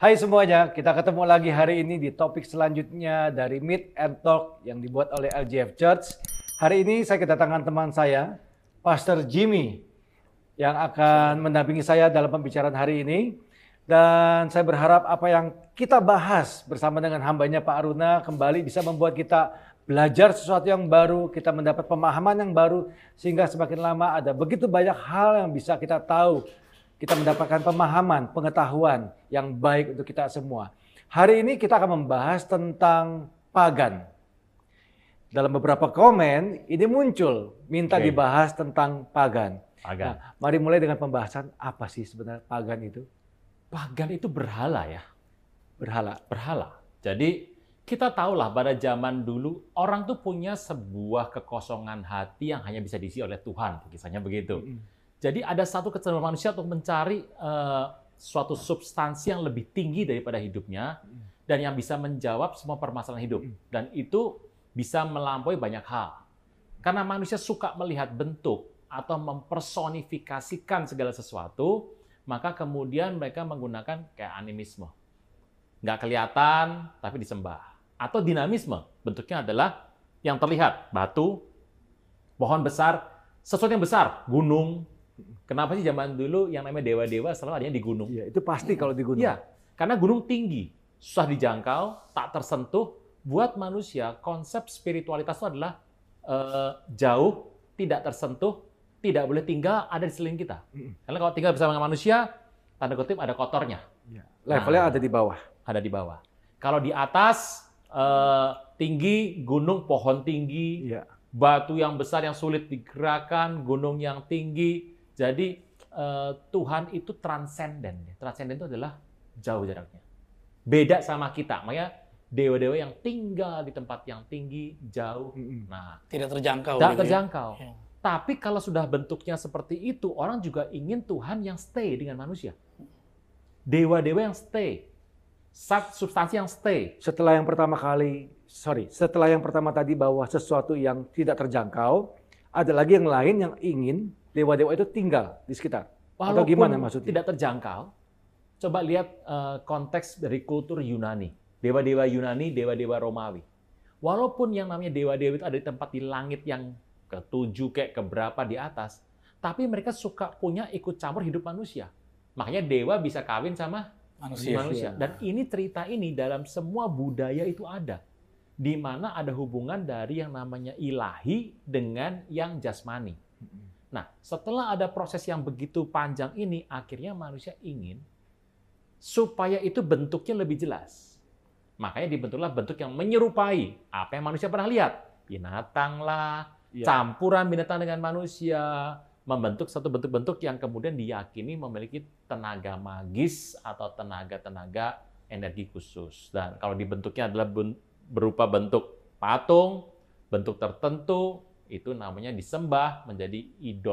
Hai semuanya, kita ketemu lagi hari ini di topik selanjutnya dari Meet and Talk yang dibuat oleh LGF Church. Hari ini saya kedatangan teman saya, Pastor Jimmy, yang akan mendampingi saya dalam pembicaraan hari ini. Dan saya berharap apa yang kita bahas bersama dengan hambanya Pak Aruna kembali bisa membuat kita belajar sesuatu yang baru, kita mendapat pemahaman yang baru, sehingga semakin lama ada begitu banyak hal yang bisa kita tahu. Kita mendapatkan pemahaman, pengetahuan yang baik untuk kita semua. Hari ini kita akan membahas tentang pagan. Dalam beberapa komen, ini muncul, minta dibahas tentang pagan. Nah, mari mulai dengan pembahasan apa sih sebenarnya pagan itu? Pagan itu berhala ya. Berhala. Jadi kita tahulah pada zaman dulu orang tuh punya sebuah kekosongan hati yang hanya bisa diisi oleh Tuhan. Kisahnya begitu. Jadi ada satu kecenderungan manusia untuk mencari suatu substansi yang lebih tinggi daripada hidupnya dan yang bisa menjawab semua permasalahan hidup. Dan itu bisa melampaui banyak hal. Karena manusia suka melihat bentuk atau mempersonifikasikan segala sesuatu, maka kemudian mereka menggunakan kayak animisme. Nggak kelihatan, tapi disembah. Atau dinamisme, bentuknya adalah yang terlihat, batu, pohon besar, sesuatu yang besar, gunung. Kenapa sih zaman dulu yang namanya dewa-dewa selalu adanya di gunung? Ya, itu pasti kalau di gunung. Iya, karena gunung tinggi, susah dijangkau, tak tersentuh. Buat manusia, konsep spiritualitas itu adalah jauh, tidak tersentuh, tidak boleh tinggal ada di sekeliling kita. Karena kalau tinggal bersama dengan manusia, tanda kutip ada kotornya. Ya. Levelnya ada di bawah. Ada di bawah. Kalau di atas, tinggi, gunung, pohon tinggi, batu yang besar yang sulit digerakkan, gunung yang tinggi. Jadi Tuhan itu transenden. Transenden itu adalah jauh jaraknya. Beda sama kita. Makanya dewa-dewa yang tinggal di tempat yang tinggi, jauh. Nah, tidak terjangkau. Tidak terjangkau. Ya. Tapi kalau sudah bentuknya seperti itu, orang juga ingin Tuhan yang stay dengan manusia. Dewa-dewa yang stay. Substansi yang stay. Setelah yang pertama tadi bahwa sesuatu yang tidak terjangkau, ada lagi yang lain yang ingin dewa-dewa itu tinggal di sekitar. Walaupun atau gimana maksudnya? Tidak terjangkau, coba lihat konteks dari kultur Yunani. Dewa-dewa Yunani, dewa-dewa Romawi. Walaupun yang namanya dewa-dewa itu ada di tempat di langit yang ke-7 kayak keberapa di atas, tapi mereka suka punya ikut campur hidup manusia. Makanya dewa bisa kawin sama manusia. Dan ini cerita ini dalam semua budaya itu ada. Di mana ada hubungan dari yang namanya ilahi dengan yang jasmani. Nah, setelah ada proses yang begitu panjang ini, akhirnya manusia ingin supaya itu bentuknya lebih jelas. Makanya dibentuklah bentuk yang menyerupai apa yang manusia pernah lihat. Binatang lah, campuran binatang dengan manusia, membentuk satu bentuk-bentuk yang kemudian diyakini memiliki tenaga magis atau tenaga-tenaga energi khusus. Dan kalau dibentuknya adalah berupa bentuk patung, bentuk tertentu, itu namanya disembah menjadi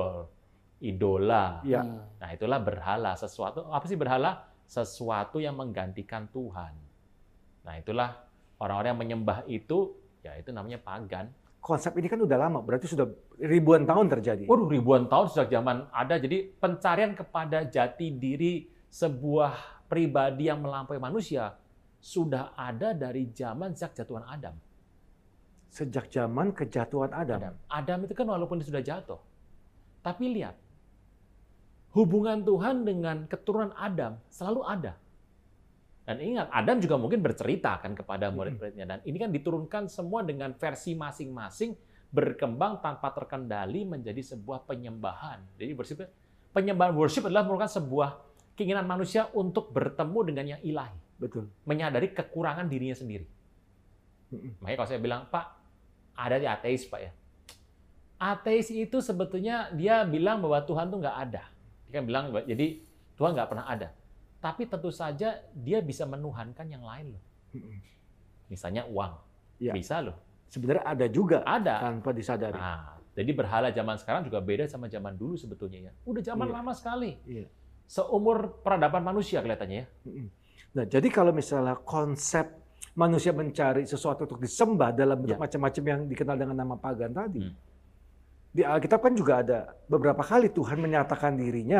idola. Nah, itulah berhala. Sesuatu, apa sih berhala? Sesuatu yang menggantikan Tuhan. Nah, itulah orang-orang yang menyembah itu, ya itu namanya pagan. Konsep ini kan udah lama, berarti sudah ribuan tahun terjadi. Ribuan tahun sejak zaman ada. Jadi pencarian kepada jati diri sebuah pribadi yang melampaui manusia sudah ada dari zaman sejak jatuhan Adam. Sejak zaman kejatuhan Adam. Adam itu kan walaupun dia sudah jatuh, tapi lihat, hubungan Tuhan dengan keturunan Adam selalu ada. Dan ingat, Adam juga mungkin bercerita kan kepada murid-muridnya. Dan ini kan diturunkan semua dengan versi masing-masing, berkembang tanpa terkendali menjadi sebuah penyembahan. Jadi penyembahan worship adalah merupakan sebuah keinginan manusia untuk bertemu dengan yang ilahi. Betul. Menyadari kekurangan dirinya sendiri. Makanya kalau saya bilang, Pak, ada di ateis, Pak ya. Ateis itu sebetulnya dia bilang bahwa Tuhan tuh nggak ada. Dia kan bilang, jadi Tuhan nggak pernah ada. Tapi tentu saja dia bisa menuhankan yang lain loh. Misalnya uang. Bisa loh. Sebenarnya ada juga. Ada. Tanpa disadari. Nah, jadi berhala zaman sekarang juga beda sama zaman dulu sebetulnya ya. Udah zaman lama sekali. Seumur peradaban manusia kelihatannya ya. Nah, jadi kalau misalnya konsep manusia mencari sesuatu untuk disembah dalam bentuk macam-macam yang dikenal dengan nama pagan tadi. Di Alkitab kan juga ada beberapa kali Tuhan menyatakan dirinya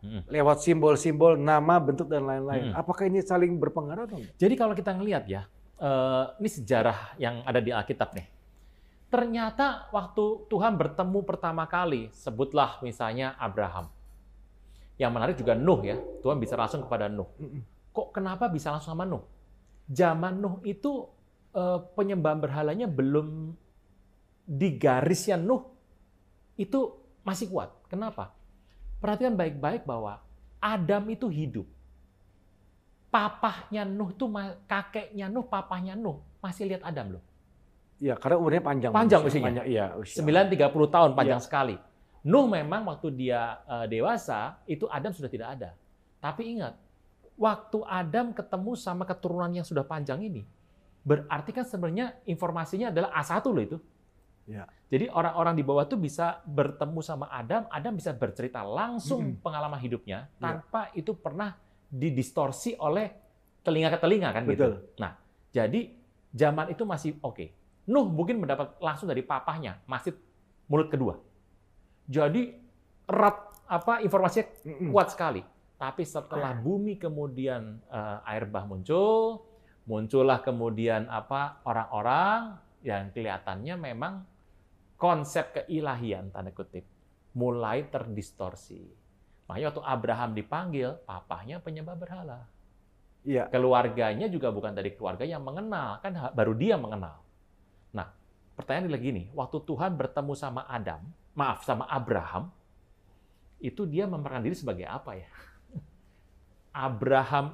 lewat simbol-simbol, nama, bentuk, dan lain-lain. Apakah ini saling berpengaruh? Jadi kalau kita ngelihat ya, ini sejarah yang ada di Alkitab nih. Ternyata waktu Tuhan bertemu pertama kali, sebutlah misalnya Abraham. Yang menarik juga Nuh ya, Tuhan bisa langsung kepada Nuh. Kok kenapa bisa langsung sama Nuh? Zaman Nuh itu penyembahan berhalanya belum di garisnya Nuh itu masih kuat. Kenapa? Perhatikan baik-baik bahwa Adam itu hidup. Papahnya Nuh tuh, kakeknya Nuh, papahnya Nuh masih lihat Adam loh. Iya, karena umurnya panjang. Panjang usianya. Panjang, iya, usia. 930 tahun, panjang sekali. Nuh memang waktu dia dewasa, itu Adam sudah tidak ada. Tapi ingat, waktu Adam ketemu sama keturunan yang sudah panjang ini, berarti kan sebenarnya informasinya adalah A1 loh itu. Ya. Jadi orang-orang di bawah itu bisa bertemu sama Adam, Adam bisa bercerita langsung pengalaman hidupnya tanpa itu pernah didistorsi oleh telinga ke telinga kan. Betul. Gitu. Nah, jadi zaman itu masih oke. Nuh mungkin mendapat langsung dari papahnya, masih mulut kedua. Jadi erat informasinya kuat sekali. Tapi setelah bumi kemudian air bah muncullah kemudian orang-orang yang kelihatannya memang konsep keilahian tanda kutip mulai terdistorsi. Makanya waktu Abraham dipanggil, papahnya penyembah berhala. Iya. Keluarganya juga bukan dari keluarga yang mengenal, kan baru dia mengenal. Nah, pertanyaan lagi nih, waktu Tuhan bertemu sama sama Abraham, itu dia memerankan diri sebagai apa ya? Abram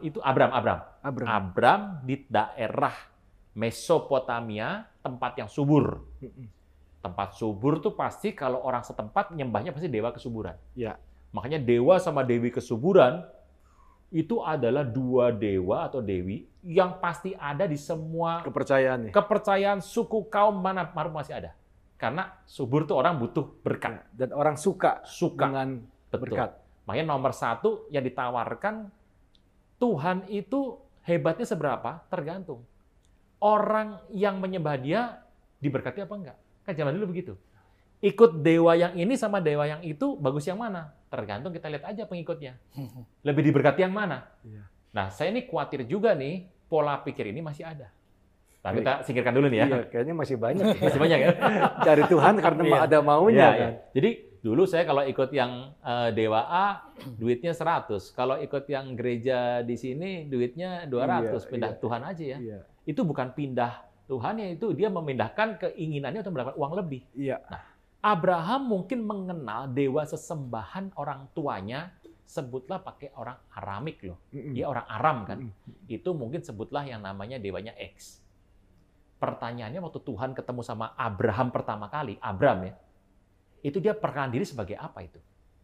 di daerah Mesopotamia, tempat yang subur. Tempat subur tuh pasti kalau orang setempat nyembahnya pasti dewa kesuburan. Ya. Makanya dewa sama dewi kesuburan itu adalah dua dewa atau dewi yang pasti ada di semua kepercayaan suku kaum mana masih ada. Karena subur tuh orang butuh berkat dan orang suka dengan berkat. Makanya nomor satu yang ditawarkan Tuhan itu hebatnya seberapa tergantung orang yang menyembah dia diberkati apa enggak. Kan zaman dulu begitu. Ikut dewa yang ini sama dewa yang itu, bagus yang mana? Tergantung kita lihat aja pengikutnya. Lebih diberkati yang mana? Nah, saya ini khawatir juga nih, pola pikir ini masih ada. Nah, kita singkirkan dulu nih ya. Iya, kayaknya masih banyak. Masih banyak ya? Cari Tuhan karena ada maunya. Kan? Jadi, dulu saya kalau ikut yang dewa A, duitnya 100. Kalau ikut yang gereja di sini, duitnya 200. Pindah Tuhan aja ya. Iya. Itu bukan pindah Tuhannya, itu dia memindahkan keinginannya untuk mendapatkan uang lebih. Iya. Nah, Abraham mungkin mengenal dewa sesembahan orang tuanya, sebutlah pakai orang Aramik loh. Dia orang Aram kan. Itu mungkin sebutlah yang namanya dewanya X. Pertanyaannya waktu Tuhan ketemu sama Abraham pertama kali, Abram ya, itu dia perkenalan diri sebagai apa itu?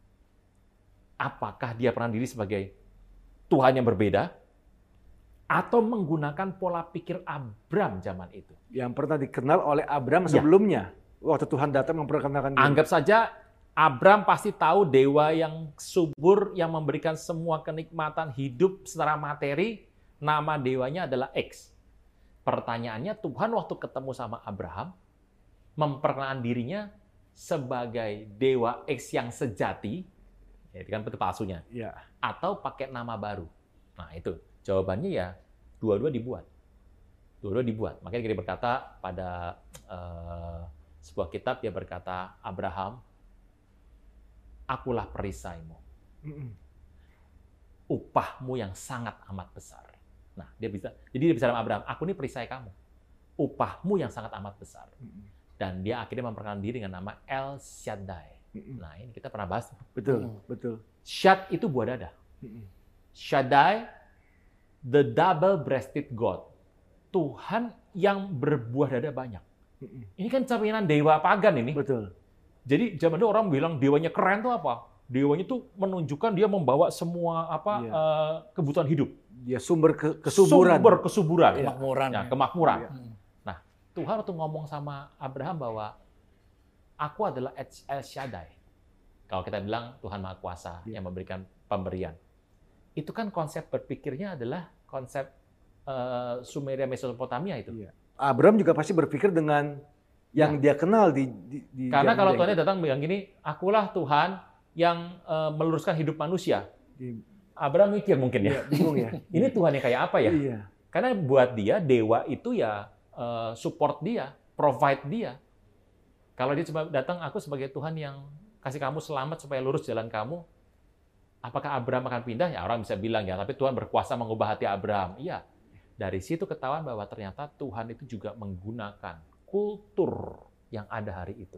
Apakah dia perkenalan diri sebagai Tuhan yang berbeda? Atau menggunakan pola pikir Abram zaman itu? Yang pernah dikenal oleh Abram sebelumnya. Waktu Tuhan datang memperkenalkan diri. Anggap saja Abram pasti tahu dewa yang subur, yang memberikan semua kenikmatan hidup secara materi, nama dewanya adalah X. Pertanyaannya, Tuhan waktu ketemu sama Abraham, memperkenalkan dirinya sebagai dewa X yang sejati, ya kan betul palsunya, atau pakai nama baru. Nah itu, jawabannya ya dua-dua dibuat. Dua-dua dibuat. Makanya dia berkata pada sebuah kitab, dia berkata, Abraham, akulah perisaimu. Upahmu yang sangat amat besar. Nah, jadi dia bisa sama Abraham, aku ini perisai kamu. Upahmu yang sangat amat besar. Dan dia akhirnya memperkenalkan diri dengan nama El Shaddai. Nah, ini kita pernah bahas. Betul. Shad itu buah dada. Shaddai, the double-breasted God. Tuhan yang berbuah dada banyak. Ini kan cerminan dewa pagan ini. Betul. Jadi zaman dulu orang bilang dewanya keren tuh apa? Dewanya tuh menunjukkan dia membawa semua kebutuhan hidup. Dia sumber kesuburan. Sumber kesuburan. Kemakmuran. Ya, kemakmuran. Nah, Tuhan waktu ngomong sama Abraham bahwa aku adalah El Shaddai. Kalau kita bilang Tuhan Maha Kuasa yang memberikan pemberian. Itu kan konsep berpikirnya adalah konsep Sumeria Mesopotamia itu. Abraham juga pasti berpikir dengan yang dia kenal di karena kalau Tuhan datang bilang gini, akulah Tuhan yang meluruskan hidup manusia. Di- Abraham mikir mungkin ya, Iya, bingung ya. ini Tuhan yang kayak apa ya? Iya. Karena buat dia, dewa itu ya support dia, provide dia. Kalau dia cuma datang, aku sebagai Tuhan yang kasih kamu selamat supaya lurus jalan kamu, apakah Abraham akan pindah? Ya orang bisa bilang ya, tapi Tuhan berkuasa mengubah hati Abraham. Iya. Dari situ ketahuan bahwa ternyata Tuhan itu juga menggunakan kultur yang ada hari itu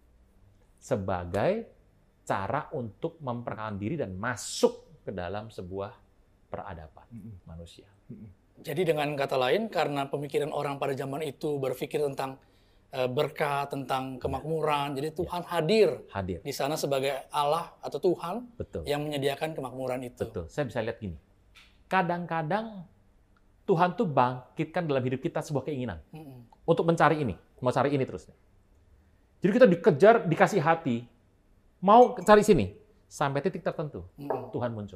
sebagai cara untuk memperkenalkan diri dan masuk ke dalam sebuah peradaban manusia. Jadi dengan kata lain, karena pemikiran orang pada zaman itu berpikir tentang berkat, tentang kemakmuran, jadi Tuhan hadir di sana sebagai Allah atau Tuhan Betul. yang menyediakan kemakmuran itu. Betul. Saya bisa lihat gini. Kadang-kadang Tuhan tuh bangkitkan dalam hidup kita sebuah keinginan untuk mencari ini, mau cari ini terus. Jadi kita dikejar, dikasih hati, mau cari sini sampai titik tertentu, Tuhan muncul.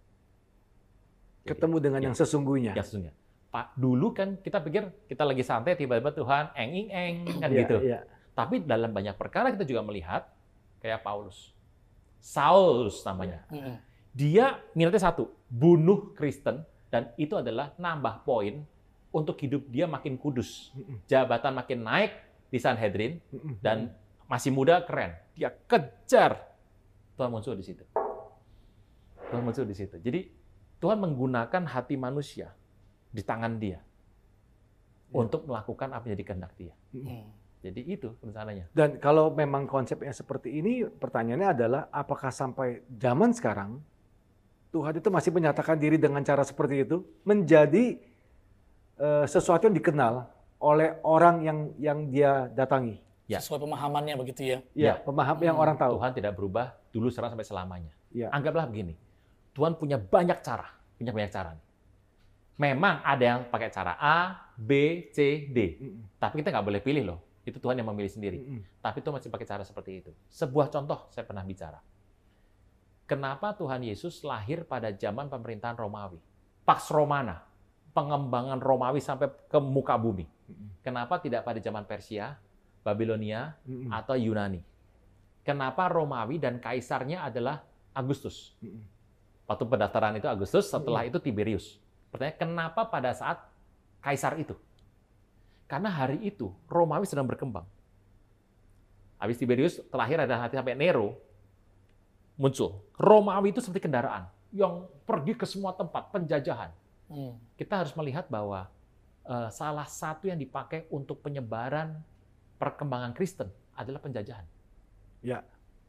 Ketemu dengan yang sesungguhnya. Ya sesungguhnya. Pak, dulu kan kita pikir kita lagi santai, tiba-tiba Tuhan eng kan Iya, gitu. iya. Tapi dalam banyak perkara kita juga melihat kayak Paulus, Saulus namanya. Dia minatnya satu, bunuh Kristen, dan itu adalah nambah poin untuk hidup dia makin kudus. Jabatan makin naik di Sanhedrin, dan masih muda keren. Dia kejar. Tuhan muncul di situ. Tuhan muncul di situ. Jadi Tuhan menggunakan hati manusia di tangan dia untuk melakukan apa yang jadi kehendak dia. Jadi itu rencananya. Dan kalau memang konsepnya seperti ini, pertanyaannya adalah apakah sampai zaman sekarang Tuhan itu masih menyatakan diri dengan cara seperti itu, menjadi sesuatu yang dikenal oleh orang yang dia datangi. Ya. Sesuai pemahamannya begitu ya. Ya, pemaham yang orang tahu. Tuhan tidak berubah dulu sekarang sampai selamanya. Ya. Anggaplah begini, Tuhan punya banyak cara, Memang ada yang pakai cara A, B, C, D. Tapi kita nggak boleh pilih loh. Itu Tuhan yang memilih sendiri. Tapi Tuhan masih pakai cara seperti itu. Sebuah contoh saya pernah bicara. Kenapa Tuhan Yesus lahir pada zaman pemerintahan Romawi? Pax Romana, pengembangan Romawi sampai ke muka bumi. Kenapa tidak pada zaman Persia, Babilonia, atau Yunani? Kenapa Romawi dan kaisarnya adalah Agustus? Waktu pendaftaran itu Agustus, setelah itu Tiberius. Pertanyaan, kenapa pada saat kaisar itu? Karena hari itu Romawi sedang berkembang. Habis Tiberius, terakhir ada hati sampai Nero, muncul. Romawi itu seperti kendaraan yang pergi ke semua tempat, penjajahan. Kita harus melihat bahwa salah satu yang dipakai untuk penyebaran perkembangan Kristen adalah penjajahan. Ya.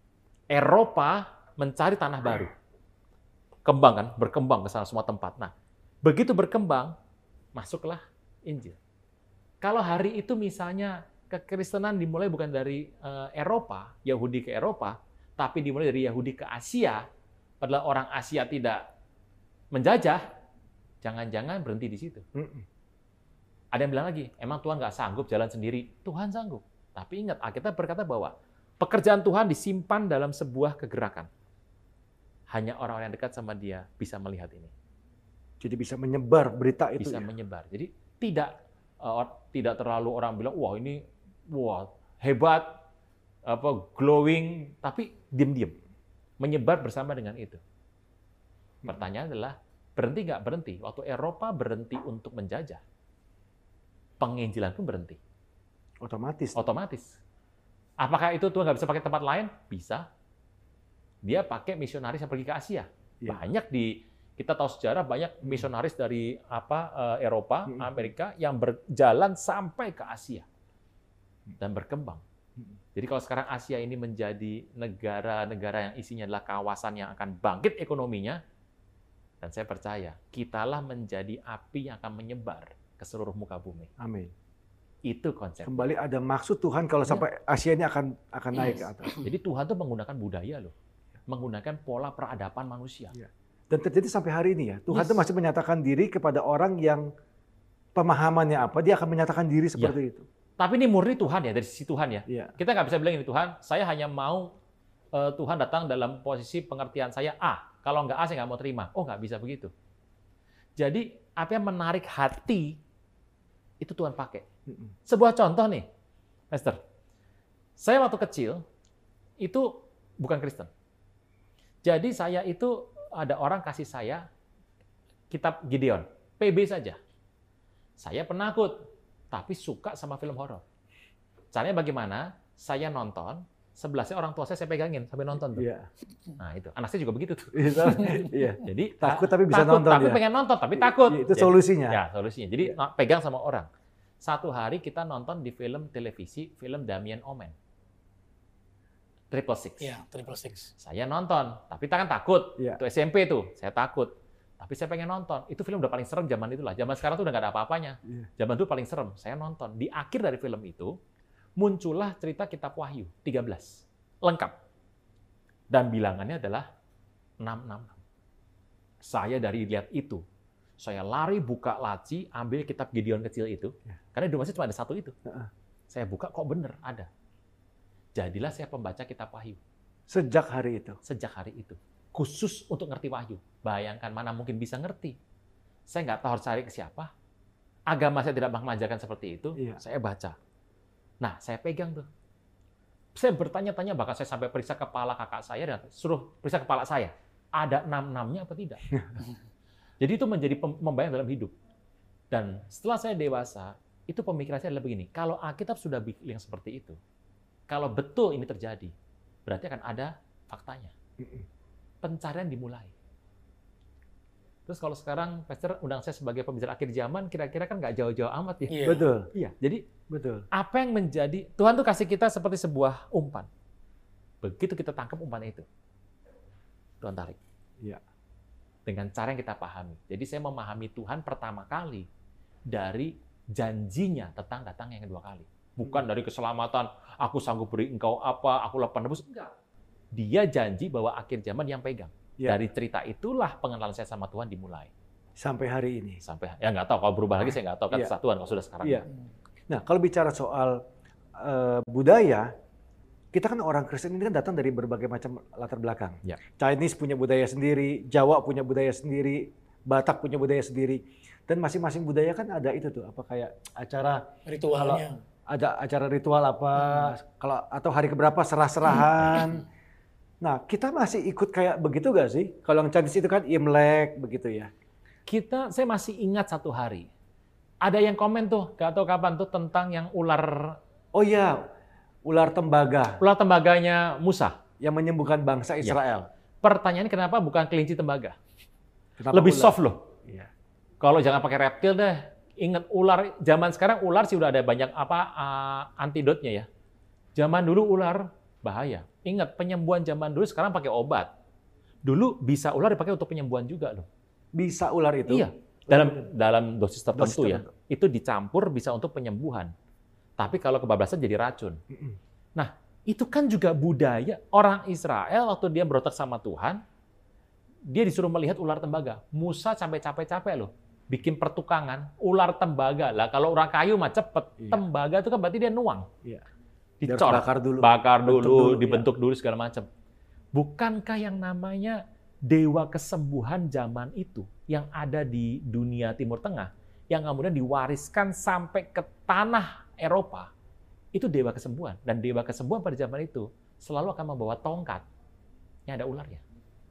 Eropa mencari tanah baru. Kembang kan, berkembang ke sana semua tempat. Nah, begitu berkembang, masuklah Injil. Kalau hari itu misalnya kekristenan dimulai bukan dari Eropa, Yahudi ke Eropa, tapi dimulai dari Yahudi ke Asia, padahal orang Asia tidak menjajah, jangan-jangan berhenti di situ. Ada yang bilang lagi, emang Tuhan nggak sanggup jalan sendiri? Tuhan sanggup. Tapi ingat, Alkitab berkata bahwa pekerjaan Tuhan disimpan dalam sebuah kegerakan. Hanya orang-orang yang dekat sama dia bisa melihat ini. Jadi bisa menyebar berita itu. Bisa ya? menyebar. Jadi tidak terlalu orang bilang, wah ini hebat, glowing, tapi diam-diam. Menyebar bersama dengan itu. Pertanyaan adalah, berhenti nggak? Berhenti. Waktu Eropa berhenti untuk menjajah, penginjilan pun berhenti. Otomatis. Apakah itu Tuhan nggak bisa pakai tempat lain? Bisa. Dia pakai misionaris yang pergi ke Asia. Ya. Banyak kita tahu sejarah, banyak misionaris dari Eropa, Amerika yang berjalan sampai ke Asia dan berkembang. Jadi kalau sekarang Asia ini menjadi negara-negara yang isinya adalah kawasan yang akan bangkit ekonominya, dan saya percaya kitalah menjadi api yang akan menyebar ke seluruh muka bumi. Amin. Itu konsep. Kembali ada maksud Tuhan kalau sampai Asia ini akan naik ke atas. Jadi Tuhan tuh menggunakan budaya loh, menggunakan pola peradaban manusia. Ya. Dan terjadi sampai hari ini ya. Tuhan tuh masih menyatakan diri kepada orang yang pemahamannya apa, dia akan menyatakan diri seperti itu. Tapi ini murni Tuhan ya, dari sisi Tuhan ya. Ya. Kita nggak bisa bilang ini Tuhan, saya hanya mau Tuhan datang dalam posisi pengertian saya A. Kalau nggak A, saya nggak mau terima. Oh, nggak bisa begitu. Jadi, apa yang menarik hati, itu Tuhan pakai. Sebuah contoh nih, Master. Saya waktu kecil, itu bukan Kristen. Jadi saya itu ada orang kasih saya kitab Gideon, PB saja. Saya penakut, tapi suka sama film horor. Caranya bagaimana? Saya nonton, sebelahnya orang tua saya pegangin sampai nonton tuh. Iya. Nah itu, anak saya juga begitu tuh. Iya. Jadi Takut tapi bisa takut, nonton tapi ya? pengen nonton, tapi takut. Itu solusinya. Ya, solusinya. Jadi pegang sama orang. Satu hari kita nonton di film televisi, film Damien Omen. 666. Iya, 666. Saya nonton, tapi kita kan takut. Iya. Itu SMP tuh, saya takut. Tapi saya pengen nonton. Itu film udah paling serem zaman itulah. Zaman sekarang tuh udah nggak ada apa-apanya. Iya. Zaman itu paling serem. Saya nonton. Di akhir dari film itu, muncullah cerita kitab Wahyu 13. Lengkap. Dan bilangannya adalah 666. Saya dari lihat itu, saya lari buka laci, ambil kitab Gideon kecil itu. Karena di rumah saya cuma ada satu itu. Saya buka, kok bener, ada. Jadilah saya pembaca kitab Wahyu. Sejak hari itu? Sejak hari itu. Khusus untuk ngerti Wahyu. Bayangkan mana mungkin bisa ngerti. Saya nggak tahu harus cari ke siapa. Agama saya tidak mengajarkan seperti itu. Iya. Saya baca. Nah, saya pegang tuh. Saya bertanya-tanya, bahkan saya sampai periksa kepala kakak saya dan suruh periksa kepala saya. Ada 6-6-nya apa tidak? Jadi itu menjadi membayang dalam hidup. Dan setelah saya dewasa, itu pemikiran saya adalah begini. Kalau Alkitab sudah bilang seperti itu, kalau betul ini terjadi, berarti akan ada faktanya. Pencarian dimulai. Terus kalau sekarang Pastor undang saya sebagai pembicara akhir zaman, kira-kira kan nggak jauh-jauh amat ya. Iya. Betul. Iya. Jadi Betul. apa yang menjadi Tuhan tuh kasih kita seperti sebuah umpan. Begitu kita tangkap umpan itu, Tuhan tarik. Iya. Dengan cara yang kita pahami. Jadi saya memahami Tuhan pertama kali dari janjinya tentang datang yang kedua kali. Bukan dari keselamatan, aku sanggup beri engkau apa, aku lakukan nebus. Enggak. Dia janji bahwa akhir zaman yang pegang. Ya. Dari cerita itulah pengenalan saya sama Tuhan dimulai. Sampai hari ini. Sampai ya nggak tahu kalau berubah lagi saya nggak tahu kan Iya. Tuhan kalau sudah sekarang. Iya. Nah, kalau bicara soal budaya, kita kan orang Kristen ini kan datang dari berbagai macam latar belakang. Ya. Chinese punya budaya sendiri, Jawa punya budaya sendiri, Batak punya budaya sendiri. Dan masing-masing budaya kan ada itu tuh, apa kayak acara Ritualnya. ada acara ritual apa, kalau atau hari keberapa serah-serahan. Nah, kita masih ikut kayak begitu gak sih? Kalau yang Chinese itu kan Imlek begitu ya. Saya masih ingat satu hari. Ada yang komen tuh, nggak tahu kapan tuh tentang yang ular. Oh iya, ular tembaga Ular tembaganya Musa. yang menyembuhkan bangsa Israel. Pertanyaannya kenapa bukan kelinci tembaga? Kenapa Lebih ular? soft loh. Iya. Kalau jangan pakai reptil deh. Ingat ular, zaman sekarang ular sih udah ada banyak antidotnya ya. Zaman dulu ular bahaya. Ingat penyembuhan zaman dulu sekarang pakai obat. Dulu bisa ular dipakai untuk penyembuhan juga loh. Bisa ular itu? Iya. Dalam dosis tertentu ya. tertentu. Itu dicampur bisa untuk penyembuhan. Tapi kalau kebablasan jadi racun. Nah, itu kan juga budaya orang Israel waktu dia berontak sama Tuhan, dia disuruh melihat ular tembaga. Musa sampai capek-capek loh, bikin pertukangan ular tembaga. Lah kalau orang kayu mah cepet, Iya. tembaga itu kan berarti dia nuang. Iya. Dicor, Bakar dulu. bakar Bentuk dulu, dulu, dibentuk dulu segala macam. Bukankah yang namanya dewa kesembuhan zaman itu yang ada di dunia Timur Tengah, yang kemudian diwariskan sampai ke tanah Eropa, itu dewa kesembuhan. Dan dewa kesembuhan pada zaman itu selalu akan membawa tongkat yang ada ularnya.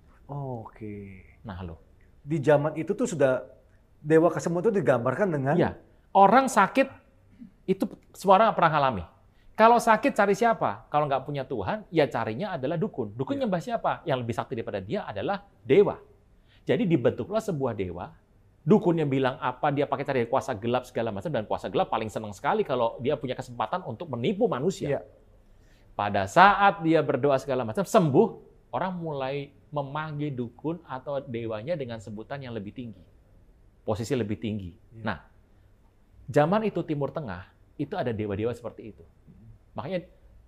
Oke. Nah loh. Di zaman itu tuh sudah dewa kesembuhan itu digambarkan dengan Ya, orang sakit itu semua orang pernah alami. Kalau sakit cari siapa? Kalau nggak punya Tuhan, ya carinya adalah dukun. Dukun nyembah siapa? Yang lebih sakti daripada dia adalah dewa. Jadi dibentuklah sebuah dewa. Dukunnya bilang apa, dia pakai cari kuasa gelap segala macam, dan kuasa gelap paling senang sekali kalau dia punya kesempatan untuk menipu manusia. Iya. Pada saat dia berdoa segala macam, sembuh, orang mulai memanggil dukun atau dewanya dengan sebutan yang lebih tinggi. Posisi lebih tinggi. Iya. Nah, zaman itu Timur Tengah, itu ada dewa-dewa seperti itu. Makanya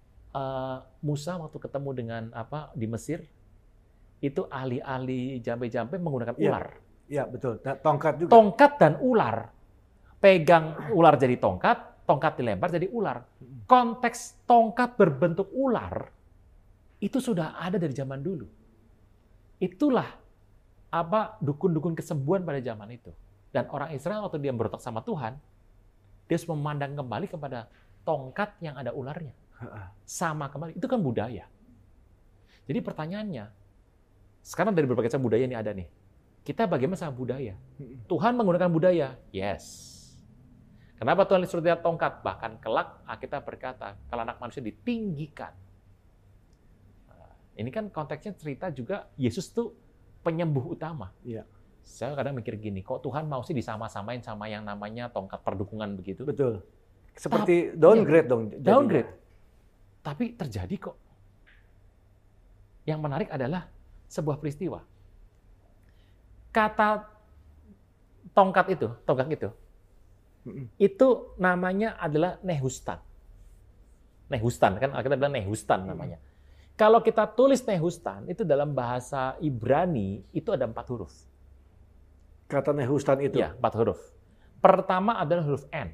Musa waktu ketemu dengan di Mesir, itu ahli-ahli jambe-jambe menggunakan Iya. ular. Iya, betul. Tongkat juga. Tongkat dan ular. Pegang ular jadi tongkat, tongkat dilempar jadi ular. Konteks tongkat berbentuk ular itu sudah ada dari zaman dulu. Itulah dukun-dukun kesembuhan pada zaman itu. Dan orang Israel waktu dia berontak sama Tuhan, dia harus memandang kembali kepada tongkat yang ada ularnya. Sama kembali. Itu kan budaya. Jadi pertanyaannya, Sekarang dari berbagai macam budaya ini ada nih. Kita bagaimana sama budaya? Tuhan menggunakan budaya. Yes. Kenapa Tuhan suruh lihat tongkat? Bahkan kelak kita berkata, kalau anak manusia ditinggikan. Nah, ini kan konteksnya cerita juga Yesus tuh penyembuh utama. Iya. Saya kadang mikir gini, kok Tuhan mau sih disama-samain sama yang namanya tongkat perdukungan begitu? Betul. Seperti downgrade dong. Downgrade. Tapi terjadi kok. Yang menarik adalah sebuah peristiwa. Kata tongkat itu namanya adalah Nehustan. Nehustan, kan kita bilang Nehustan namanya. Kalau kita tulis Nehustan, itu dalam bahasa Ibrani, itu ada 4 huruf. Kata Nehustan itu? Ya, 4 huruf. Pertama adalah huruf N.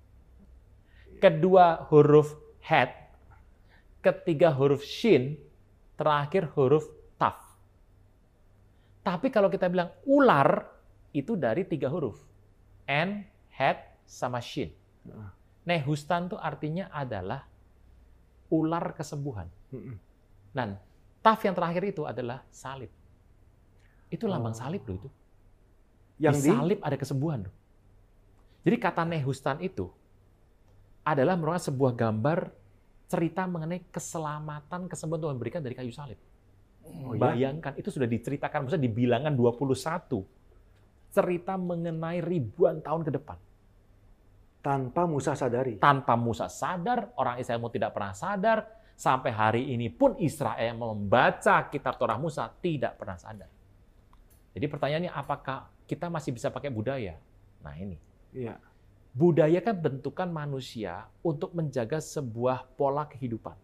Kedua huruf Het. Ketiga huruf Shin. Terakhir huruf Taf. Tapi kalau kita bilang ular, itu dari 3 huruf. N, Het, sama Shin. Nehustan itu artinya adalah ular kesembuhan. Dan Taf yang terakhir itu adalah salib. Itu lambang salib loh itu. Di salib ada kesembuhan loh. Jadi kata Nehustan itu adalah merupakan sebuah gambar cerita mengenai keselamatan, kesembuhan Tuhan berikan dari kayu salib. Bayangkan, itu sudah diceritakan, maksudnya di bilangan 21. Cerita mengenai ribuan tahun ke depan. Tanpa Musa sadari. Tanpa Musa sadar, orang Israel tidak pernah sadar, sampai hari ini pun Israel membaca kitab Torah Musa tidak pernah sadar. Jadi pertanyaannya, apakah kita masih bisa pakai budaya? Nah ini. Iya. Budaya kan bentukan manusia untuk menjaga sebuah pola kehidupan.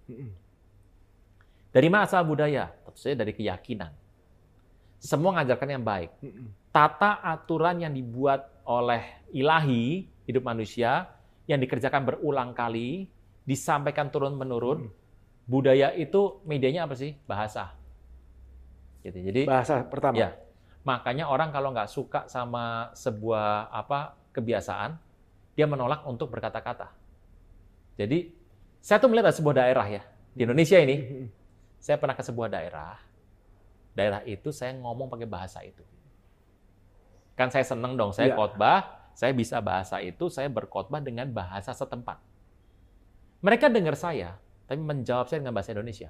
Dari mana asal budaya? Tentu saja dari keyakinan. Semua mengajarkan yang baik. Tata aturan yang dibuat oleh ilahi, hidup manusia, yang dikerjakan berulang kali, disampaikan turun-menurun. Budaya itu medianya apa sih? Bahasa. Gitu. Jadi bahasa pertama. Ya. Makanya orang kalau nggak suka sama sebuah kebiasaan, dia menolak untuk berkata-kata. Jadi, saya tuh melihat ada sebuah daerah ya. Di Indonesia ini, saya pernah ke sebuah daerah. Daerah itu saya ngomong pakai bahasa itu. Kan saya seneng dong, saya khotbah, saya bisa bahasa itu, saya berkhotbah dengan bahasa setempat. Mereka dengar saya, tapi menjawab saya dengan bahasa Indonesia.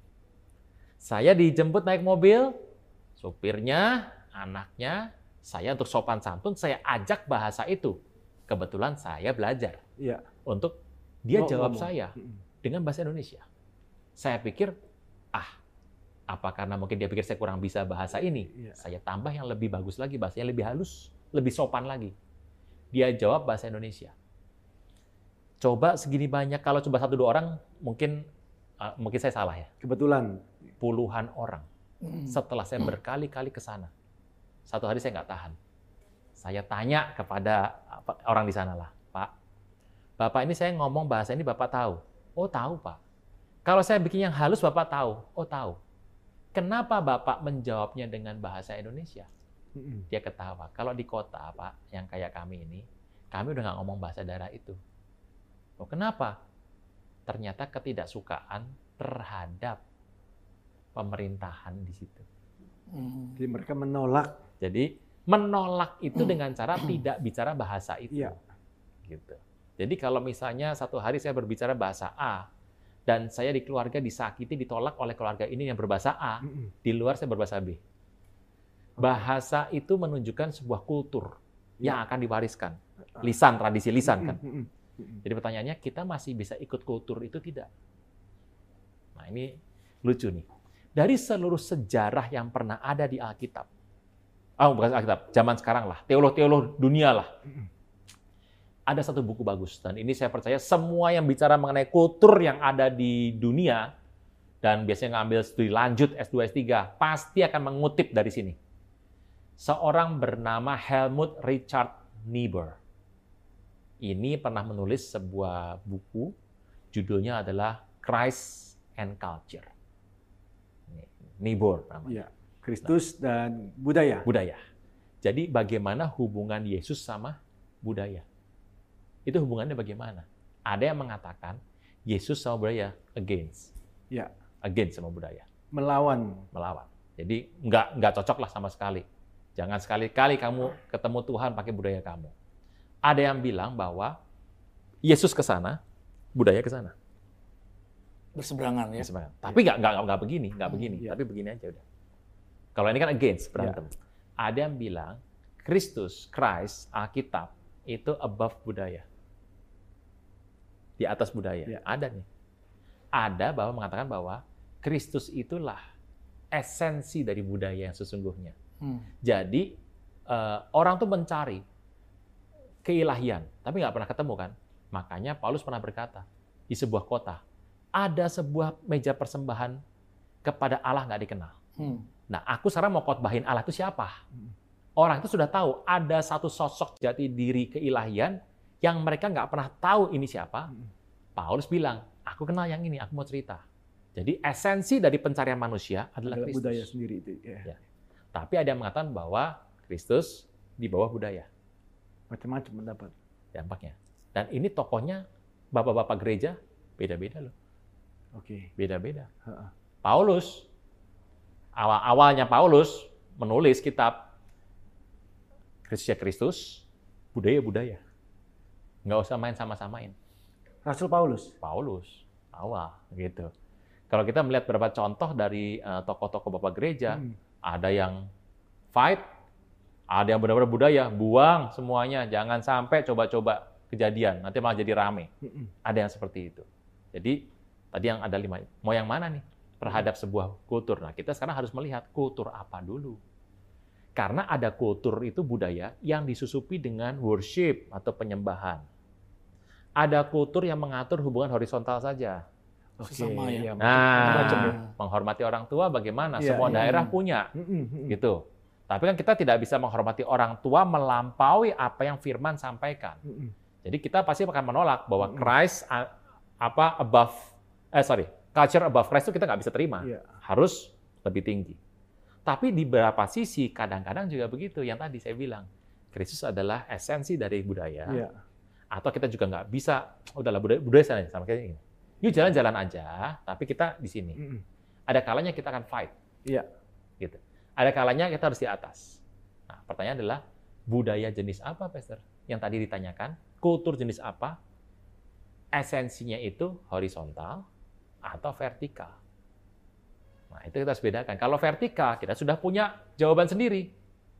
Saya dijemput naik mobil, supirnya, anaknya, saya untuk sopan santun, saya ajak bahasa itu. Kebetulan saya belajar untuk dia jawab saya dengan bahasa Indonesia. Saya pikir, apa karena mungkin dia pikir saya kurang bisa bahasa ini? Saya tambah yang lebih bagus lagi, bahasanya lebih halus, lebih sopan lagi. Dia jawab bahasa Indonesia. Coba segini banyak, kalau coba 1-2 orang, mungkin saya salah ya. Kebetulan. Puluhan orang. Setelah saya berkali-kali ke sana, satu hari saya nggak tahan. Saya tanya kepada orang di sana lah, Pak, Bapak ini saya ngomong bahasa ini Bapak tahu? Oh tahu Pak. Kalau saya bikin yang halus Bapak tahu? Oh tahu. Kenapa Bapak menjawabnya dengan bahasa Indonesia? Dia ketawa. Kalau di kota Pak, yang kayak kami ini, kami udah nggak ngomong bahasa daerah itu. Oh kenapa? Ternyata ketidaksukaan terhadap pemerintahan di situ. Jadi mereka menolak. Jadi menolak itu dengan cara tidak bicara bahasa itu. Gitu. Jadi kalau misalnya satu hari saya berbicara bahasa A, dan saya di keluarga disakiti, ditolak oleh keluarga ini yang berbahasa A, di luar saya berbahasa B. Bahasa itu menunjukkan sebuah kultur yang akan diwariskan. Lisan, tradisi lisan kan. Jadi pertanyaannya, kita masih bisa ikut kultur itu tidak? Nah ini lucu nih. Dari seluruh sejarah yang pernah ada di Alkitab, bukan Alkitab, zaman sekarang lah, teolog-teolog dunia lah, ada satu buku bagus. Dan ini saya percaya semua yang bicara mengenai kultur yang ada di dunia, dan biasanya ngambil studi lanjut S2, S3, pasti akan mengutip dari sini. Seorang bernama Helmut Richard Niebuhr. Ini pernah menulis sebuah buku, judulnya adalah Christ and Culture. Niebuhr namanya. Kristus dan budaya. Budaya. Jadi bagaimana hubungan Yesus sama budaya? Itu hubungannya bagaimana? Ada yang mengatakan Yesus sama budaya against. Against sama budaya. Melawan. Jadi nggak cocok lah sama sekali. Jangan sekali-kali kamu ketemu Tuhan pakai budaya kamu. Ada yang bilang bahwa Yesus ke sana, budaya ke sana. Berseberangan ya. Berseberangan. Tapi nggak begini, tapi begini aja udah. Kalau ini kan against, berantem. Ada yang bilang Christ, Alkitab itu above budaya. Di atas budaya. Ada nih. Ada bahwa mengatakan bahwa Kristus itulah esensi dari budaya yang sesungguhnya. Jadi orang tuh mencari keilahian, tapi nggak pernah ketemu kan. Makanya Paulus pernah berkata, di sebuah kota, ada sebuah meja persembahan kepada Allah nggak dikenal. Nah, aku sekarang mau khotbahin Allah itu siapa? Orang itu sudah tahu ada satu sosok jati diri keilahian yang mereka nggak pernah tahu ini siapa. Paulus bilang, aku kenal yang ini, aku mau cerita. Jadi esensi dari pencarian manusia adalah Kristus. Budaya sendiri itu. Ya. Tapi ada yang mengatakan bahwa Kristus di bawah budaya. Macam-macam pendapat. Dampaknya. Dan ini tokohnya bapak-bapak gereja beda-beda loh. Oke. Beda-beda. Paulus, awalnya Paulus menulis kitab Kristus, budaya-budaya. Nggak usah main sama-samain. Rasul Paulus? Paulus, awal gitu. Kalau kita melihat beberapa contoh dari tokoh-tokoh bapak gereja, ada yang fight, ada yang benar-benar budaya, buang semuanya, jangan sampai coba-coba kejadian, nanti malah jadi rame. Ada yang seperti itu. Jadi tadi yang ada 5, mau yang mana nih terhadap sebuah kultur? Nah, kita sekarang harus melihat kultur apa dulu. Karena ada kultur itu budaya yang disusupi dengan worship atau penyembahan. Ada kultur yang mengatur hubungan horizontal saja. Sama ya. Nah, menghormati orang tua bagaimana? Semua daerah punya, gitu. Tapi kan kita tidak bisa menghormati orang tua melampaui apa yang Firman sampaikan. Jadi kita pasti akan menolak bahwa Christ culture above Christ itu kita nggak bisa terima. Harus lebih tinggi. Tapi di beberapa sisi kadang-kadang juga begitu. Yang tadi saya bilang, Kristus adalah esensi dari budaya. Atau kita juga nggak bisa, udahlah budaya sana sama kayak gini. Yuk jalan-jalan aja, tapi kita di sini. Ada kalanya kita akan fight. Gitu. Ada kalanya kita harus di atas. Nah, pertanyaan adalah, budaya jenis apa, Pastor? Yang tadi ditanyakan, kultur jenis apa? Esensinya itu horizontal atau vertikal. Nah, itu kita harus bedakan. Kalau vertikal, kita sudah punya jawaban sendiri.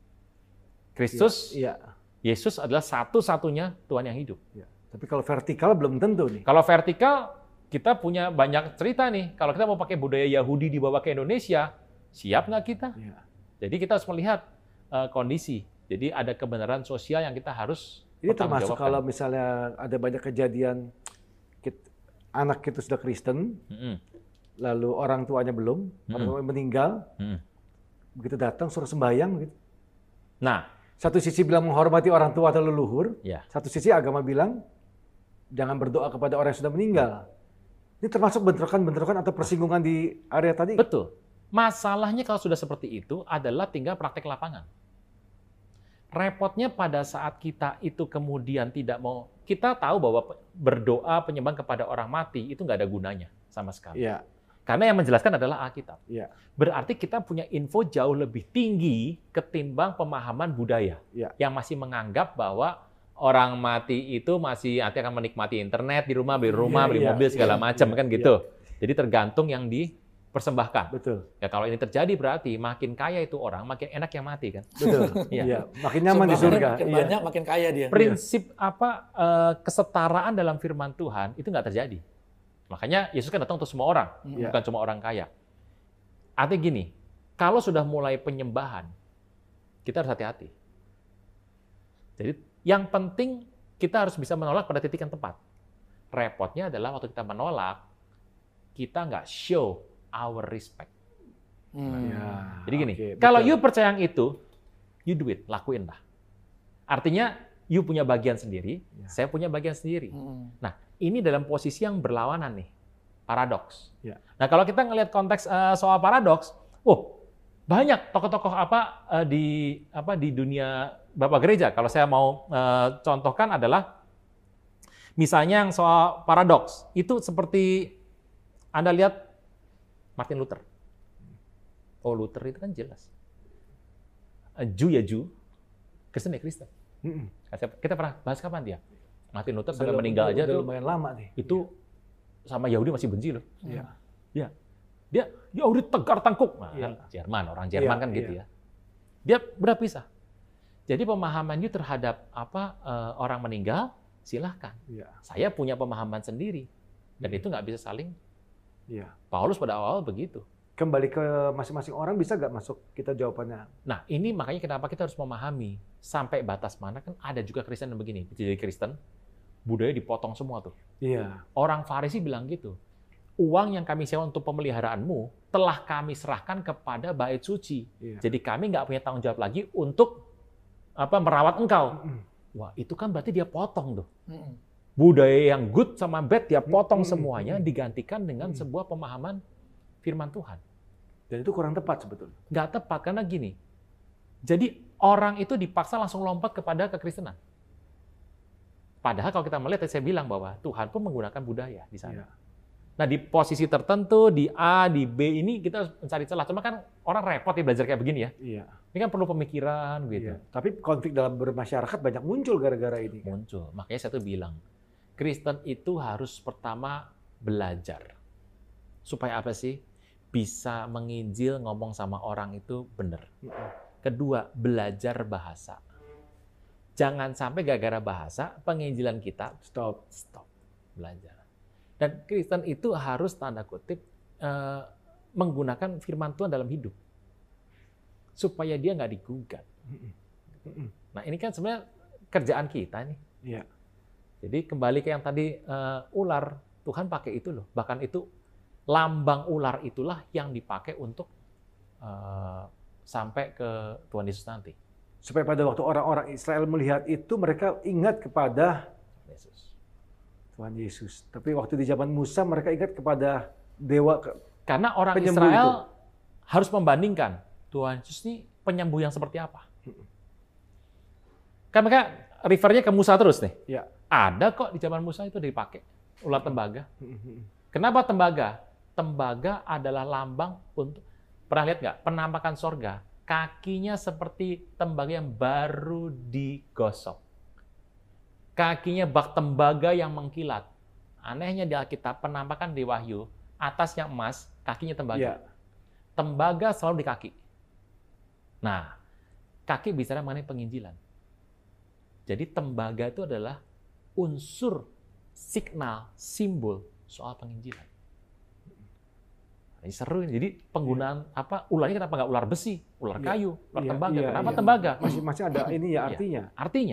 Kristus, Yesus adalah satu-satunya Tuhan yang hidup. Tapi kalau vertikal belum tentu nih. Kalau vertikal, kita punya banyak cerita nih. Kalau kita mau pakai budaya Yahudi dibawa ke Indonesia, siap nggak kita? Jadi kita harus melihat kondisi. Jadi ada kebenaran sosial yang kita harus ini termasuk kalau misalnya ada banyak kejadian anak itu sudah Kristen, lalu orang tuanya belum, orang tuanya meninggal, begitu datang suruh sembahyang gitu. Nah, satu sisi bilang menghormati orang tua atau leluhur, satu sisi agama bilang jangan berdoa kepada orang yang sudah meninggal. Ini termasuk bentrokan-bentrokan atau persinggungan di area tadi? Betul. Masalahnya kalau sudah seperti itu adalah tinggal praktek lapangan. Repotnya pada saat kita itu kemudian tidak mau, kita tahu bahwa berdoa penyembahan kepada orang mati itu nggak ada gunanya sama sekali. Karena yang menjelaskan adalah Alkitab. Berarti kita punya info jauh lebih tinggi ketimbang pemahaman budaya yang masih menganggap bahwa orang mati itu masih nanti akan menikmati internet di rumah, beli mobil segala macam kan gitu. Jadi tergantung yang dipersembahkan. Betul. Ya kalau ini terjadi berarti makin kaya itu orang, makin enak yang mati kan. Betul. Makin nyaman di surga. Makin banyak, makin kaya dia. Prinsip kesetaraan dalam firman Tuhan itu nggak terjadi. Makanya Yesus kan datang untuk semua orang, bukan cuma orang kaya. Artinya gini, kalau sudah mulai penyembahan, kita harus hati-hati. Jadi yang penting kita harus bisa menolak pada titik yang tepat. Repotnya adalah waktu kita menolak, kita nggak show our respect. Jadi gini, kalau you percaya yang itu, you do it, lakuin lah. Artinya you punya bagian sendiri, saya punya bagian sendiri. Nah, ini dalam posisi yang berlawanan nih, paradoks. Nah, kalau kita ngelihat konteks soal paradoks, banyak tokoh-tokoh di dunia Bapak Gereja. Kalau saya mau contohkan adalah misalnya yang soal paradoks, itu seperti Anda lihat Martin Luther. Oh, Luther itu kan jelas. Jew ya Jew, Kristen ya Kristen. Kita pernah bahas kapan dia? Martin Luther sampai meninggal aja tuh lumayan lama nih. Itu sama Yahudi masih benci loh. Iya. Ya. Dia Yahudi tegar tangkuk. Nah, kan Jerman, orang Jerman kan gitu ya. Dia berpisah. Jadi pemahaman you terhadap orang meninggal, silahkan. Saya punya pemahaman sendiri. Dan itu nggak bisa saling. Paulus pada awal begitu. Kembali ke masing-masing orang bisa nggak masuk kita jawabannya? Nah, ini makanya kenapa kita harus memahami sampai batas mana kan ada juga Kristen yang begini. Jadi Kristen, budaya dipotong semua tuh. Iya. Orang Farisi bilang gitu. Uang yang kami sewa untuk pemeliharaanmu telah kami serahkan kepada bait suci. Jadi kami nggak punya tanggung jawab lagi untuk merawat engkau. Wah, itu kan berarti dia potong tuh. Budaya yang good sama bad dia potong semuanya digantikan dengan sebuah pemahaman firman Tuhan. Dan itu kurang tepat sebetulnya. Nggak tepat karena gini. Jadi orang itu dipaksa langsung lompat kepada kekristenan. Padahal kalau kita melihat, saya bilang bahwa Tuhan pun menggunakan budaya di sana. Nah, di posisi tertentu, di A, di B ini kita harus mencari celah. Cuma kan orang repot ya belajar kayak begini ya. Ini kan perlu pemikiran gitu. Tapi konflik dalam bermasyarakat banyak muncul gara-gara ini. Muncul. Makanya saya tuh bilang, Kristen itu harus pertama belajar. Supaya apa sih? Bisa menginjil, ngomong sama orang itu benar. Kedua, belajar bahasa. Jangan sampai gara-gara bahasa, penginjilan kita stop. Belajar. Dan Kristen itu harus tanda kutip menggunakan firman Tuhan dalam hidup. Supaya dia nggak digugat. Nah ini kan sebenarnya kerjaan kita nih. Jadi kembali ke yang tadi ular, Tuhan pakai itu loh. Bahkan itu lambang ular itulah yang dipakai untuk sampai ke Tuhan Yesus nanti. Supaya pada waktu orang-orang Israel melihat itu, mereka ingat kepada Yesus. Tuhan Yesus. Tapi waktu di zaman Musa, mereka ingat kepada dewa. Karena orang Israel harus membandingkan Tuhan Yesus ini penyembuh yang seperti apa. Kan mereka refernya ke Musa terus nih. Ada kok di zaman Musa itu dipakai ular tembaga. Kenapa tembaga? Tembaga adalah lambang untuk, pernah lihat nggak? Penampakan sorga. Kakinya seperti tembaga yang baru digosok. Kakinya bak tembaga yang mengkilat. Anehnya di Alkitab, penampakan di Wahyu, atasnya emas, kakinya tembaga. Tembaga selalu di kaki. Nah, kaki bicara mengenai penginjilan. Jadi tembaga itu adalah unsur, signal, simbol soal penginjilan. Ini seru. Jadi penggunaan ularnya kenapa nggak ular besi, ular kayu, ular tembaga? Kenapa tembaga? Masih ada ini ya artinya. Artinya.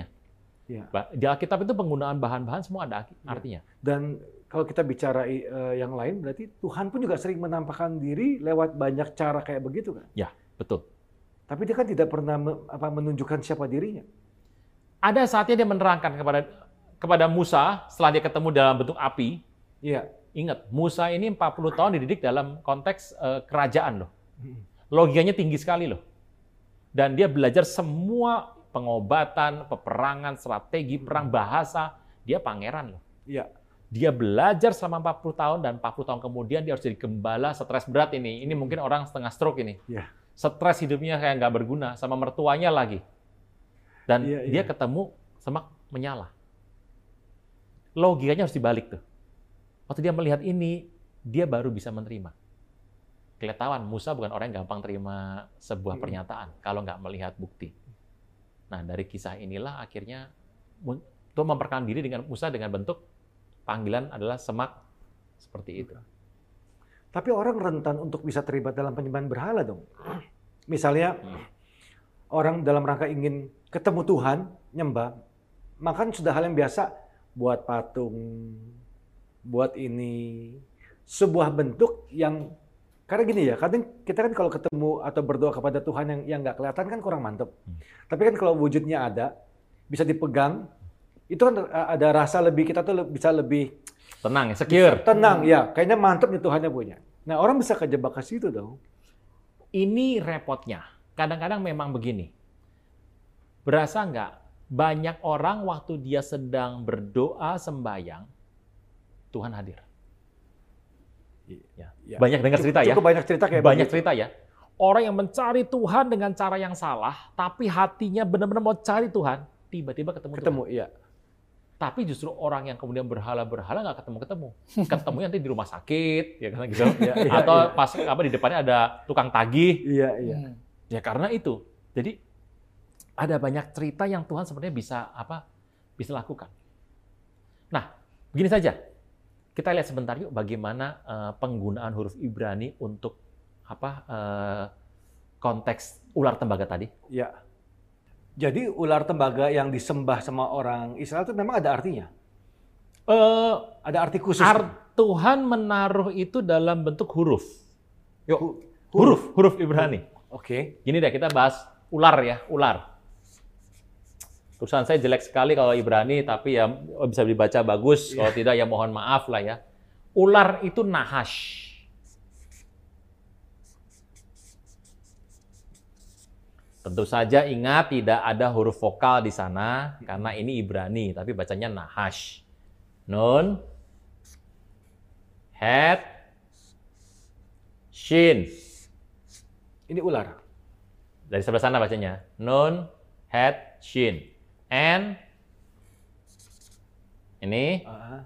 Di Alkitab itu penggunaan bahan-bahan semua ada artinya. Dan kalau kita bicara yang lain, berarti Tuhan pun juga sering menampakkan diri lewat banyak cara kayak begitu kan? Ya, betul. Tapi dia kan tidak pernah menunjukkan siapa dirinya. Ada saatnya dia menerangkan kepada Musa setelah dia ketemu dalam bentuk api. Ingat, Musa ini 40 tahun dididik dalam konteks kerajaan loh. Logikanya tinggi sekali loh. Dan dia belajar semua pengobatan, peperangan, strategi perang, bahasa. Dia pangeran loh. Dia belajar selama 40 tahun dan 40 tahun kemudian dia harus jadi gembala, stres berat ini. Ini mungkin orang setengah stroke ini. Stres hidupnya kayak nggak berguna, sama mertuanya lagi. Dan dia ketemu semak menyala. Logikanya harus dibalik tuh. Waktu dia melihat ini, dia baru bisa menerima. Kelihatan Musa bukan orang yang gampang terima sebuah pernyataan kalau nggak melihat bukti. Nah, dari kisah inilah akhirnya Tuhan memperkenalkan diri dengan Musa dengan bentuk panggilan adalah semak seperti itu. Tapi orang rentan untuk bisa terlibat dalam penyembahan berhala dong. Misalnya orang dalam rangka ingin ketemu Tuhan, nyembah, maka sudah hal yang biasa buat patung, buat ini, sebuah bentuk yang, karena gini ya, kadang kita kan kalau ketemu atau berdoa kepada Tuhan yang nggak kelihatan kan kurang mantep. Tapi kan kalau wujudnya ada, bisa dipegang, itu kan ada rasa lebih, kita tuh bisa lebih tenang, secure. Tenang, ya. Kayaknya mantep nih Tuhannya punya. Nah, orang bisa kejebak ke situ dong. Ini repotnya. Kadang-kadang memang begini. Berasa nggak? Banyak orang waktu dia sedang berdoa sembahyang, Tuhan hadir. Banyak dengar cerita ya. Cukup banyak cerita kayak banyak begitu. cerita ya. Orang yang mencari Tuhan dengan cara yang salah, tapi hatinya benar-benar mau cari Tuhan, tiba-tiba ketemu Tuhan. Iya. Tapi justru orang yang kemudian berhala-berhala nggak ketemu-ketemu. Ketemunya nanti di rumah sakit, ya kan gitu. Atau pas di depannya ada tukang tagih. Iya. Ya karena itu. Jadi ada banyak cerita yang Tuhan sebenarnya bisa lakukan. Nah, begini saja. Kita lihat sebentar yuk bagaimana penggunaan huruf Ibrani untuk konteks ular tembaga tadi. Ya. Jadi ular tembaga yang disembah sama orang Israel itu memang ada artinya? Ada arti khusus? Tuhan menaruh itu dalam bentuk huruf. Yuk, huruf Ibrani. Oke. Gini deh, kita bahas ular ya, ular. Tulisan saya jelek sekali kalau Ibrani, tapi ya bisa dibaca bagus. Kalau tidak ya mohon maaf lah ya. Ular itu nahash. Tentu saja ingat tidak ada huruf vokal di sana karena ini Ibrani, tapi bacanya nahash. Nun, het, shin. Ini ular. Dari sebelah sana bacanya. Nun, het, shin. And ini,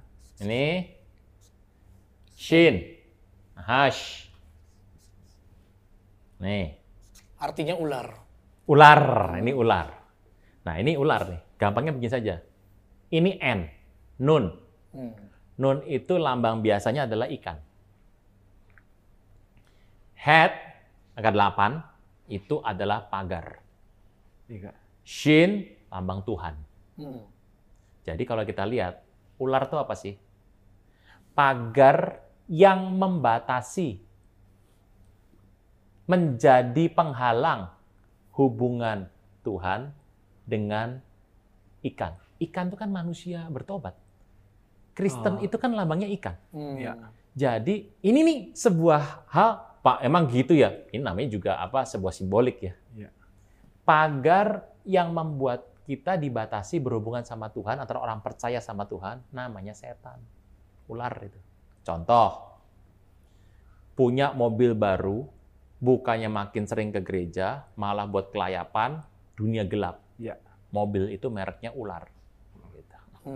shin, nahash. Nih. Artinya ular. Ular, ini ular. Nah, ini ular nih. Gampangnya begini saja. Ini N, nun. Nun itu lambang biasanya adalah ikan. Het, angka 8, itu adalah pagar. Shin, lambang Tuhan. Jadi kalau kita lihat, ular itu apa sih? Pagar yang membatasi, menjadi penghalang hubungan Tuhan dengan ikan. Ikan itu kan manusia bertobat. Kristen itu kan lambangnya ikan. Jadi ini nih sebuah hal, Pak, emang gitu ya? Ini namanya juga sebuah simbolik ya. Pagar yang membuat kita dibatasi berhubungan sama Tuhan, antara orang percaya sama Tuhan, namanya setan. Ular itu. Contoh, punya mobil baru, bukannya makin sering ke gereja, malah buat kelayapan, dunia gelap. Mobil itu mereknya ular. Gitu.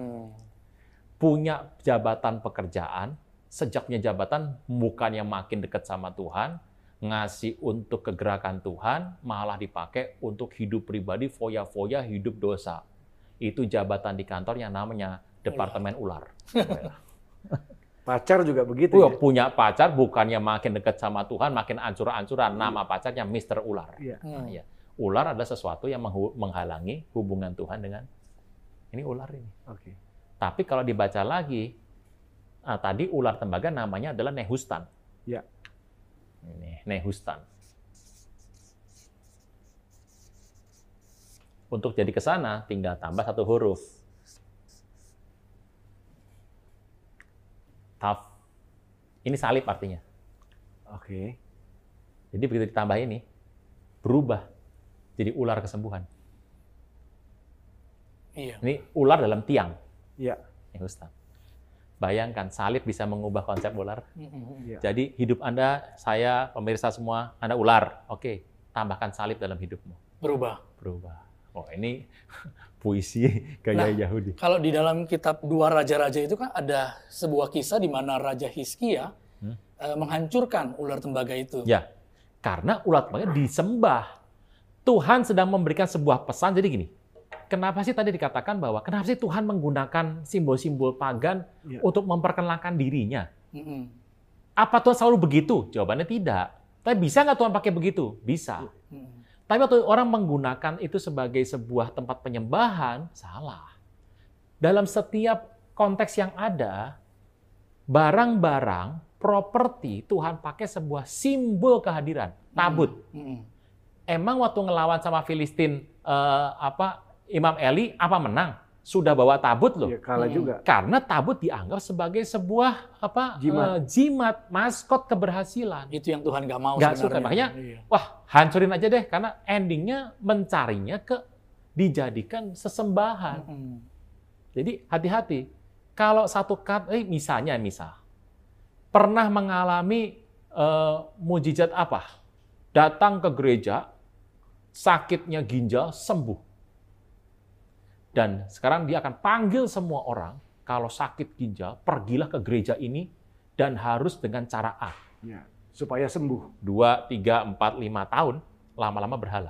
Punya jabatan pekerjaan, sejak punya jabatan bukannya makin dekat sama Tuhan, ngasih untuk kegerakan Tuhan, malah dipakai untuk hidup pribadi, foya-foya, hidup dosa. Itu jabatan di kantor yang namanya Departemen Ular. Pacar juga begitu ya? Punya pacar, bukannya makin dekat sama Tuhan, makin ancur-ancuran. Nama pacarnya Mr. Ular. Nah, ya. Ular adalah sesuatu yang menghalangi hubungan Tuhan dengan ini ular ini. Tapi kalau dibaca lagi, tadi ular tembaga namanya adalah Nehustan. Ini Nehustan. Untuk jadi ke sana, tinggal tambah satu huruf. Taf. Ini salib artinya. Jadi begitu ditambah ini, berubah jadi ular kesembuhan. Ini ular dalam tiang. Ustaz. Bayangkan salib bisa mengubah konsep ular. Jadi hidup Anda, saya, pemirsa semua, Anda ular. Oke, tambahkan salib dalam hidupmu. Berubah. Oh, ini puisi gaya Yahudi. Kalau di dalam kitab 2 Raja-Raja itu kan ada sebuah kisah di mana Raja Hizkia menghancurkan ular tembaga itu. Ya, karena ular tembaga disembah. Tuhan sedang memberikan sebuah pesan. Jadi gini, kenapa sih tadi dikatakan bahwa kenapa sih Tuhan menggunakan simbol-simbol pagan untuk memperkenalkan dirinya? Apa Tuhan selalu begitu? Jawabannya tidak. Tapi bisa nggak Tuhan pakai begitu? Bisa. Tapi waktu orang menggunakan itu sebagai sebuah tempat penyembahan, salah. Dalam setiap konteks yang ada, barang-barang, properti, Tuhan pakai sebuah simbol kehadiran, tabut. Emang waktu ngelawan sama Filistin, Imam Eli, apa menang? Sudah bawa tabut loh. Kalah juga. Karena tabut dianggap sebagai sebuah jimat, maskot keberhasilan. Itu yang Tuhan nggak mau sebenarnya. Suka. Makanya, wah hancurin aja deh. Karena endingnya mencarinya dijadikan sesembahan. Jadi hati-hati. Kalau satu kata, misal pernah mengalami mujizat apa? datang ke gereja, sakitnya ginjal sembuh. Dan sekarang dia akan panggil semua orang, kalau sakit ginjal, pergilah ke gereja ini dan harus dengan cara A. Ya, supaya sembuh. 2, 3, 4, 5 tahun, lama-lama berhala.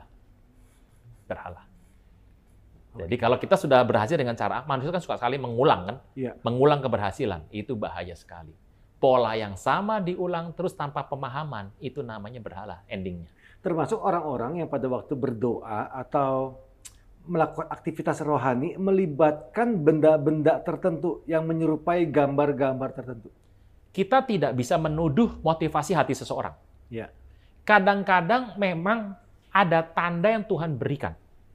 Jadi kalau kita sudah berhasil dengan cara A, manusia kan suka sekali mengulang kan? Ya. Mengulang keberhasilan, itu bahaya sekali. Pola yang sama diulang terus tanpa pemahaman, itu namanya berhala endingnya. Termasuk orang-orang yang pada waktu berdoa atau melakukan aktivitas rohani melibatkan benda-benda tertentu yang menyerupai gambar-gambar tertentu. Kita tidak bisa menuduh motivasi hati seseorang. Ya. Kadang-kadang memang ada tanda yang Tuhan berikan.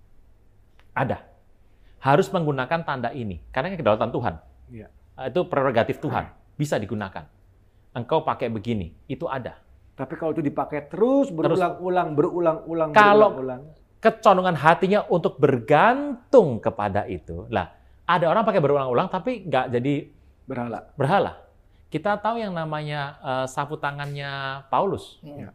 Ada. Harus menggunakan tanda ini. Karena ini kedaulatan Tuhan. Ya. Itu prerogatif Tuhan. Bisa digunakan. Engkau pakai begini. Itu ada. Tapi kalau itu dipakai terus, berulang-ulang. Kalau kecondongan hatinya untuk bergantung kepada itu. Lah, ada orang pakai berulang-ulang tapi nggak jadi berhala. Kita tahu yang namanya sapu tangannya Paulus. Ya.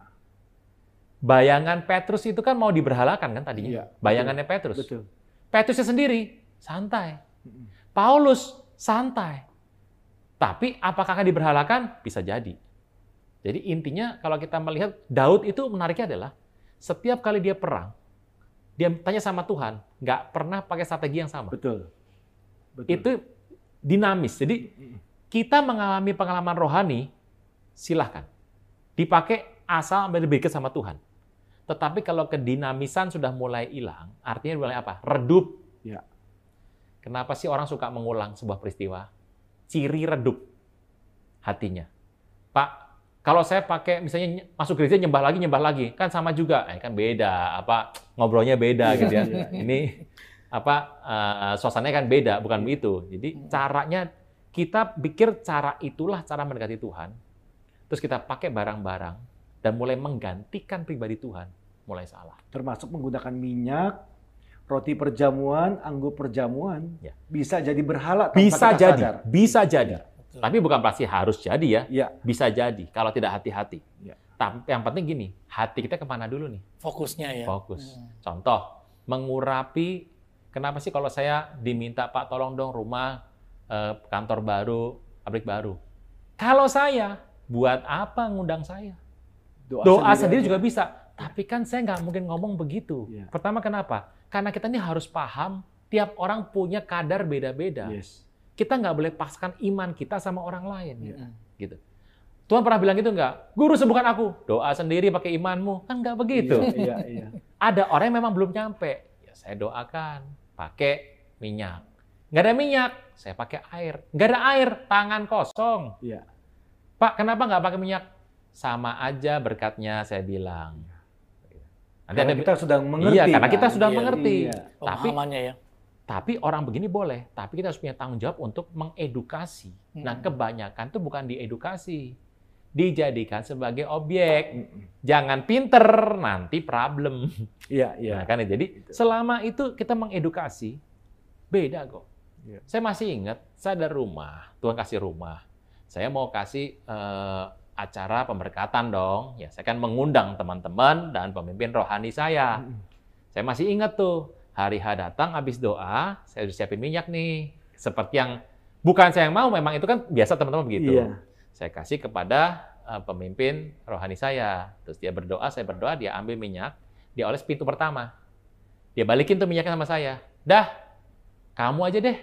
Bayangan Petrus itu kan mau diberhalakan kan tadinya. Ya, bayangannya Petrus. Betul. Petrusnya sendiri santai. Paulus santai. Tapi apakah akan diberhalakan? Bisa jadi. Jadi intinya kalau kita melihat Daud itu menariknya adalah setiap kali dia perang, dia tanya sama Tuhan, nggak pernah pakai strategi yang sama. Betul. Itu dinamis. Jadi kita mengalami pengalaman rohani, silahkan. Dipakai asal lebih dekat sama Tuhan. Tetapi kalau kedinamisan sudah mulai hilang, artinya mulai apa? Redup. Ya. Kenapa sih orang suka mengulang sebuah peristiwa? Ciri redup hatinya. Pak, kalau saya pakai misalnya masuk gereja nyembah lagi, kan sama juga, kan beda, ngobrolnya beda gitu ya. Ini suasananya kan beda, bukan begitu. Jadi caranya kita pikir cara itulah cara mendekati Tuhan. Terus kita pakai barang-barang dan mulai menggantikan pribadi Tuhan, mulai salah. Termasuk menggunakan minyak, roti perjamuan, anggur perjamuan, ya. Bisa jadi berhala tanpa kita sadar. Bisa jadi. Tapi bukan pasti harus jadi ya. Ya. Bisa jadi kalau tidak hati-hati. Ya. Tapi yang penting gini, hati kita kemana dulu nih? Fokusnya ya. Fokus. Contoh, mengurapi. Kenapa sih kalau saya diminta Pak tolong dong rumah, kantor baru, pabrik baru. Kalau saya, buat apa ngundang saya? Doa sendiri juga bisa. Tapi kan saya nggak mungkin ngomong begitu. Ya. Pertama kenapa? Karena kita ini harus paham tiap orang punya kadar beda-beda. Yes. Kita nggak boleh paksakan iman kita sama orang lain. Ya. Gitu. Tuhan pernah bilang gitu nggak? Guru sembuhkan aku. Doa sendiri pakai imanmu. Kan nggak begitu. Iya. Ada orang yang memang belum nyampe. Ya saya doakan. Pakai minyak. Nggak ada minyak. Saya pakai air. Nggak ada air. Tangan kosong. Iya. Pak, kenapa nggak pakai minyak? Sama aja berkatnya, saya bilang. Nanti karena kita sudah mengerti. Iya, karena kita sudah mengerti. Iya. Pemahamannya ya. Tapi orang begini boleh, tapi kita harus punya tanggung jawab untuk mengedukasi. Nah, kebanyakan itu bukan diedukasi. Dijadikan sebagai objek. Jangan pinter, nanti problem. Iya. Nah, kan jadi selama itu kita mengedukasi, beda kok. Ya. Saya masih ingat, saya ada rumah, Tuhan kasih rumah. Saya mau kasih acara pemberkatan dong. Ya, saya kan mengundang teman-teman dan pemimpin rohani saya. Saya masih ingat tuh, hari H datang habis doa, saya udah siapin minyak nih. Seperti yang bukan saya yang mau, memang itu kan biasa teman-teman begitu. Iya. Saya kasih kepada pemimpin rohani saya. Terus dia berdoa, saya berdoa, dia ambil minyak, dia oles pintu pertama. Dia balikin tuh minyaknya sama saya. Dah, kamu aja deh.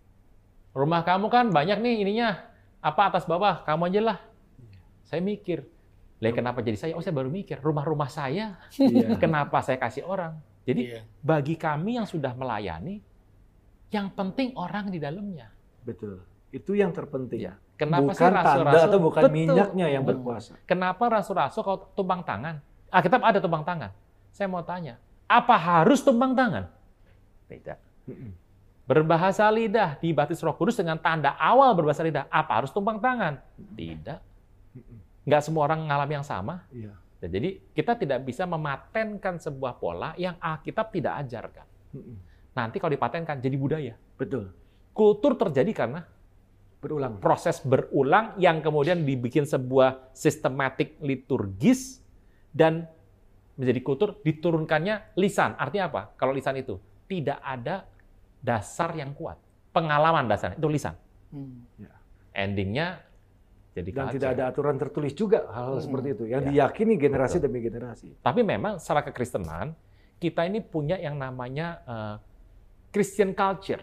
Rumah kamu kan banyak nih ininya. Atas bawah, kamu aja lah. Saya mikir, kenapa jadi saya? Oh, saya baru mikir, rumah-rumah saya, kenapa saya kasih orang? Jadi bagi kami yang sudah melayani, yang penting orang di dalamnya. Betul, itu yang terpenting. Ya. Kenapa bukan tanda atau bukan minyaknya yang berkuasa. Kenapa rasul-rasul kalau tumpang tangan? Alkitab ada tumpang tangan. Saya mau tanya, apa harus tumpang tangan? Tidak. Berbahasa lidah, dibaptis Roh Kudus dengan tanda awal berbahasa lidah. Apa harus tumpang tangan? Tidak. Nggak semua orang mengalami yang sama. Iya. Jadi kita tidak bisa mematenkan sebuah pola yang Alkitab tidak ajarkan. Nanti kalau dipatenkan jadi budaya. Betul. Kultur terjadi karena berulang. Proses berulang yang kemudian dibikin sebuah sistematik liturgis dan menjadi kultur, diturunkannya lisan. Artinya apa? Kalau lisan itu tidak ada dasar yang kuat. Pengalaman dasar itu lisan. Endingnya jadi Dan culture. tidak ada aturan tertulis juga hal-hal seperti itu yang diyakini generasi demi generasi. Tapi memang secara kekristenan kita ini punya yang namanya Christian culture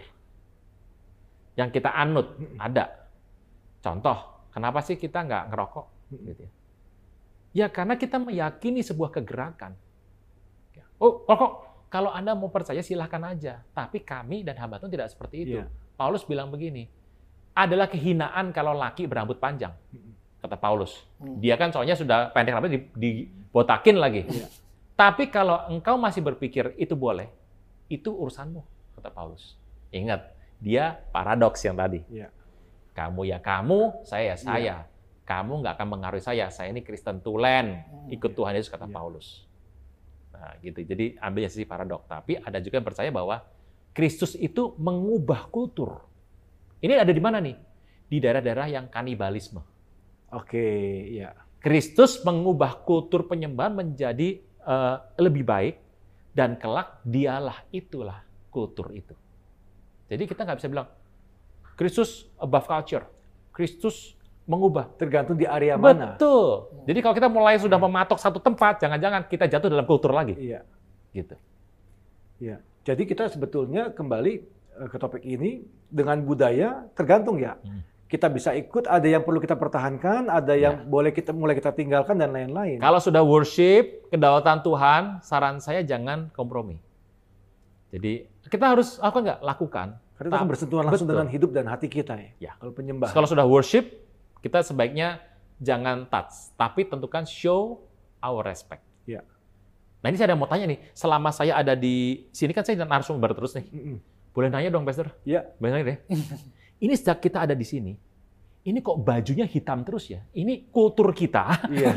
yang kita anut. Ada. Contoh, kenapa sih kita nggak ngerokok? Gitu ya. Ya karena kita meyakini sebuah kegerakan. Oh, rokok. Kalau Anda mau percaya silahkan aja. Tapi kami dan hamba Tuhan tidak seperti itu. Paulus bilang begini, adalah kehinaan kalau laki berambut panjang, kata Paulus. Dia kan soalnya sudah pendek rambut dibotakin lagi. Tapi kalau engkau masih berpikir itu boleh, itu urusanmu, kata Paulus. Ingat, dia paradoks yang tadi. Kamu ya kamu, saya ya saya. Kamu nggak akan mengaruhi saya. Saya ini Kristen tulen, ikut Tuhan Yesus, kata Paulus. Nah, gitu. Jadi ambilnya sisi paradok. Tapi ada juga yang percaya bahwa Kristus itu mengubah kultur. Ini ada di mana nih? Di daerah-daerah yang kanibalisme. Oke, ya. Kristus mengubah kultur penyembahan menjadi lebih baik, dan kelak dialah itulah kultur itu. Jadi kita nggak bisa bilang Kristus above culture. Kristus mengubah. Tergantung di area mana. Betul. Jadi kalau kita mulai sudah mematok satu tempat, jangan-jangan kita jatuh dalam kultur lagi. Iya. Gitu. Iya. Jadi kita sebetulnya kembali ke topik ini dengan budaya tergantung ya. Kita bisa ikut, ada yang perlu kita pertahankan, ada yang boleh kita tinggalkan dan lain-lain. Kalau sudah worship, kedaulatan Tuhan, saran saya jangan kompromi. Jadi kita harus lakukan. Karena itu akan bersentuhan langsung dengan hidup dan hati kita ya. Kalau penyembah. Kalau sudah worship, kita sebaiknya jangan touch, tapi tentukan show our respect. Ya. Nah ini saya ada mau tanya nih, selama saya ada di sini kan saya narasumber terus nih. Boleh nanya dong, Pastor? Iya. Boleh nanya deh. Ini sejak kita ada di sini, ini kok bajunya hitam terus ya? Ini kultur kita. Iya.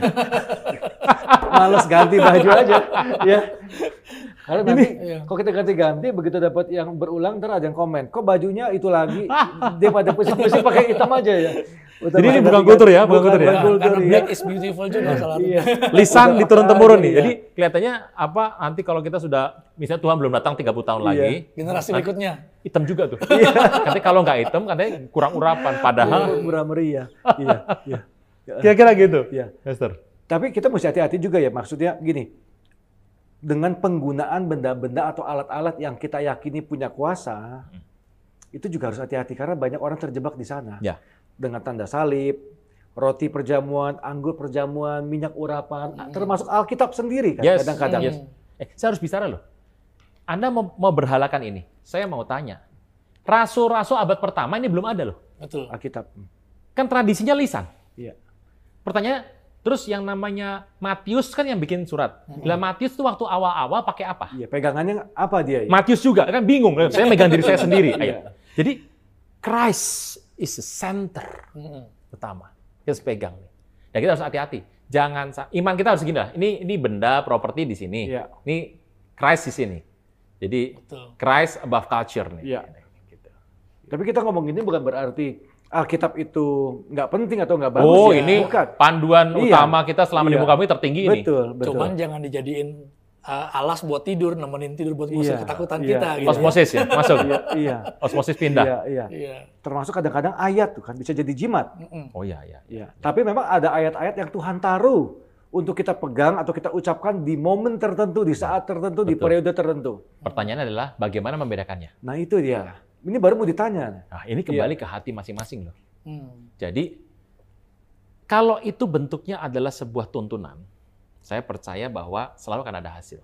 Males ganti baju aja. Ya. Karena nanti kalau kita ganti-ganti, begitu dapat yang berulang, ntar ada yang komen, kok bajunya itu lagi, dia pada pusing-pusing pakai hitam aja ya. Jadi ini bukan kultur ya, bukan kultur ya. Karena black is beautiful juga salah satunya. Lisan diturun-temurun nih. Jadi kelihatannya apa nanti kalau kita sudah, misalnya Tuhan belum datang 30 tahun lagi. Generasi berikutnya. Hitam juga tuh. Nanti kalau nggak hitam, katanya kurang urapan. Padahal. Murah meriah. Iya. Kira-kira gitu. Iya. Master. Tapi kita mesti hati-hati juga ya, maksudnya gini. Dengan penggunaan benda-benda atau alat-alat yang kita yakini punya kuasa, itu juga harus hati-hati karena banyak orang terjebak di sana. Ya. Dengan tanda salib, roti perjamuan, anggur perjamuan, minyak urapan, termasuk Alkitab sendiri kan kadang-kadang. Yes. Saya harus bicara loh. Anda mau berhalakan ini. Saya mau tanya. Rasul-rasul abad pertama ini belum ada loh. Betul. Alkitab. Kan tradisinya lisan. Iya. Pertanyaan, terus yang namanya Matius kan yang bikin surat. Bila Matius itu waktu awal-awal pakai apa? Iya, pegangannya apa dia? Ya? Matius juga kan bingung. Saya megang diri saya sendiri. Jadi Christ is the center utama. Kita harus pegang nih. Dan kita harus hati-hati. Jangan iman kita harus gini lah. Ini benda properti di sini. Iya. Ini Christ di sini. Jadi Christ above culture nih. Iya. Gitu. Tapi kita ngomong ini bukan berarti Alkitab itu nggak penting atau nggak bagus. Oh, ya. ini bukan. panduan utama kita selama di muka bumi tertinggi ini. Betul. Cuman jangan dijadiin alas buat tidur, nemenin tidur buat ngusir ketakutan kita. Gitu. Osmosis ya, masuk. Iya. Osmosis pindah. Iya. Termasuk kadang-kadang ayat tuh kan bisa jadi jimat. Oh iya. Tapi memang ada ayat-ayat yang Tuhan taruh untuk kita pegang atau kita ucapkan di momen tertentu, di saat tertentu, di periode tertentu. Pertanyaannya adalah bagaimana membedakannya? Nah itu dia. Ini baru mau ditanya. Nah, ini kembali ke hati masing-masing loh. Jadi kalau itu bentuknya adalah sebuah tuntunan, saya percaya bahwa selalu akan ada hasil.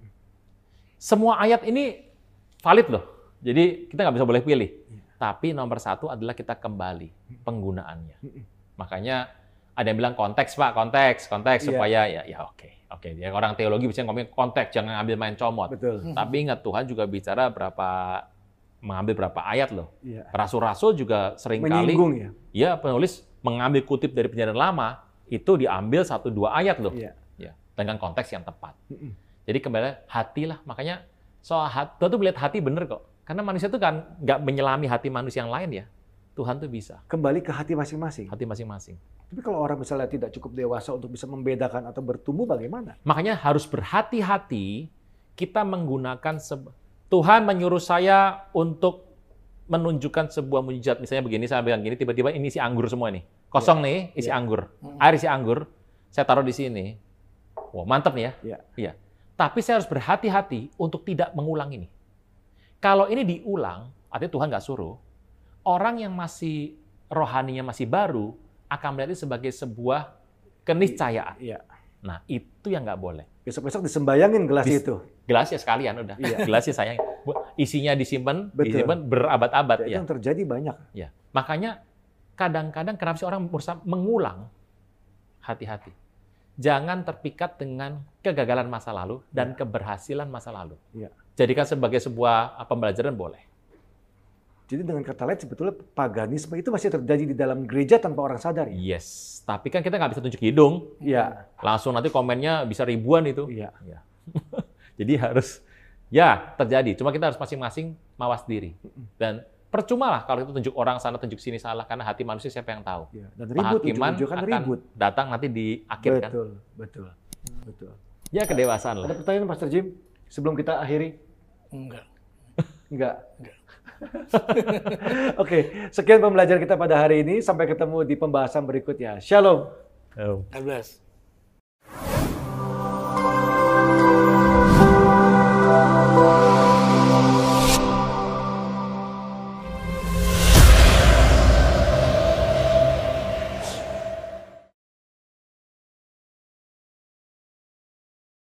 Semua ayat ini valid loh. Jadi kita nggak bisa boleh pilih. Tapi nomor satu adalah kita kembali penggunaannya. Makanya ada yang bilang konteks Pak, konteks supaya ya oke. Ya orang teologi bisa ngomongin konteks, jangan ambil main comot. Betul. Tapi ingat Tuhan juga bicara mengambil berapa ayat loh. Rasul-rasul juga seringkali penulis mengambil kutip dari Perjanjian Lama itu diambil 1-2 ayat loh. Dengan konteks yang tepat. Jadi kembali hatilah. Makanya soal hati, Tuhan tuh melihat hati bener kok. Karena manusia itu kan nggak menyelami hati manusia yang lain ya. Tuhan tuh bisa. Kembali ke hati masing-masing. Hati masing-masing. Tapi kalau orang misalnya tidak cukup dewasa untuk bisa membedakan atau bertumbuh, bagaimana? Makanya harus berhati-hati kita menggunakan Tuhan menyuruh saya untuk menunjukkan sebuah mujizat. Misalnya begini, saya bilang gini, tiba-tiba ini isi anggur semua nih. Kosong nih, isi anggur. Air isi anggur, saya taruh di sini. Wah, mantap nih ya. Iya. Tapi saya harus berhati-hati untuk tidak mengulang ini. Kalau ini diulang, artinya Tuhan nggak suruh, orang yang masih rohaninya masih baru akan melihat itu sebagai sebuah keniscayaan. Iya. Nah, itu yang nggak boleh. Besok-besok disembayangin gelas itu. Gelasnya sekalian udah. Gelasnya sayang. Isinya disimpan Betul. berabad-abad. Itu yang terjadi banyak. Ya. Makanya kadang-kadang kenapa sih orang berusaha mengulang? Hati-hati. Jangan terpikat dengan kegagalan masa lalu dan keberhasilan masa lalu. Iya. Jadikan sebagai sebuah pembelajaran boleh. Jadi dengan kata lain sebetulnya paganisme itu masih terjadi di dalam gereja tanpa orang sadar ya? Yes. Tapi kan kita nggak bisa tunjuk hidung. Iya. Langsung nanti komennya bisa ribuan itu. Iya. Ya. Jadi harus, ya terjadi. Cuma kita harus masing-masing mawas diri. Dan percuma lah kalau itu tunjuk orang sana, tunjuk sini salah. Karena hati manusia siapa yang tahu. Iya. Dan ribut, Penghakiman ujung-ujungnya akan ribut. datang nanti di akhir kan. Betul. Ya kedewasaan lah. Ada pertanyaan Pastor Jim sebelum kita akhiri? Enggak. Oke, sekian pembelajaran kita pada hari ini. Sampai ketemu di pembahasan berikutnya. Shalom. God bless.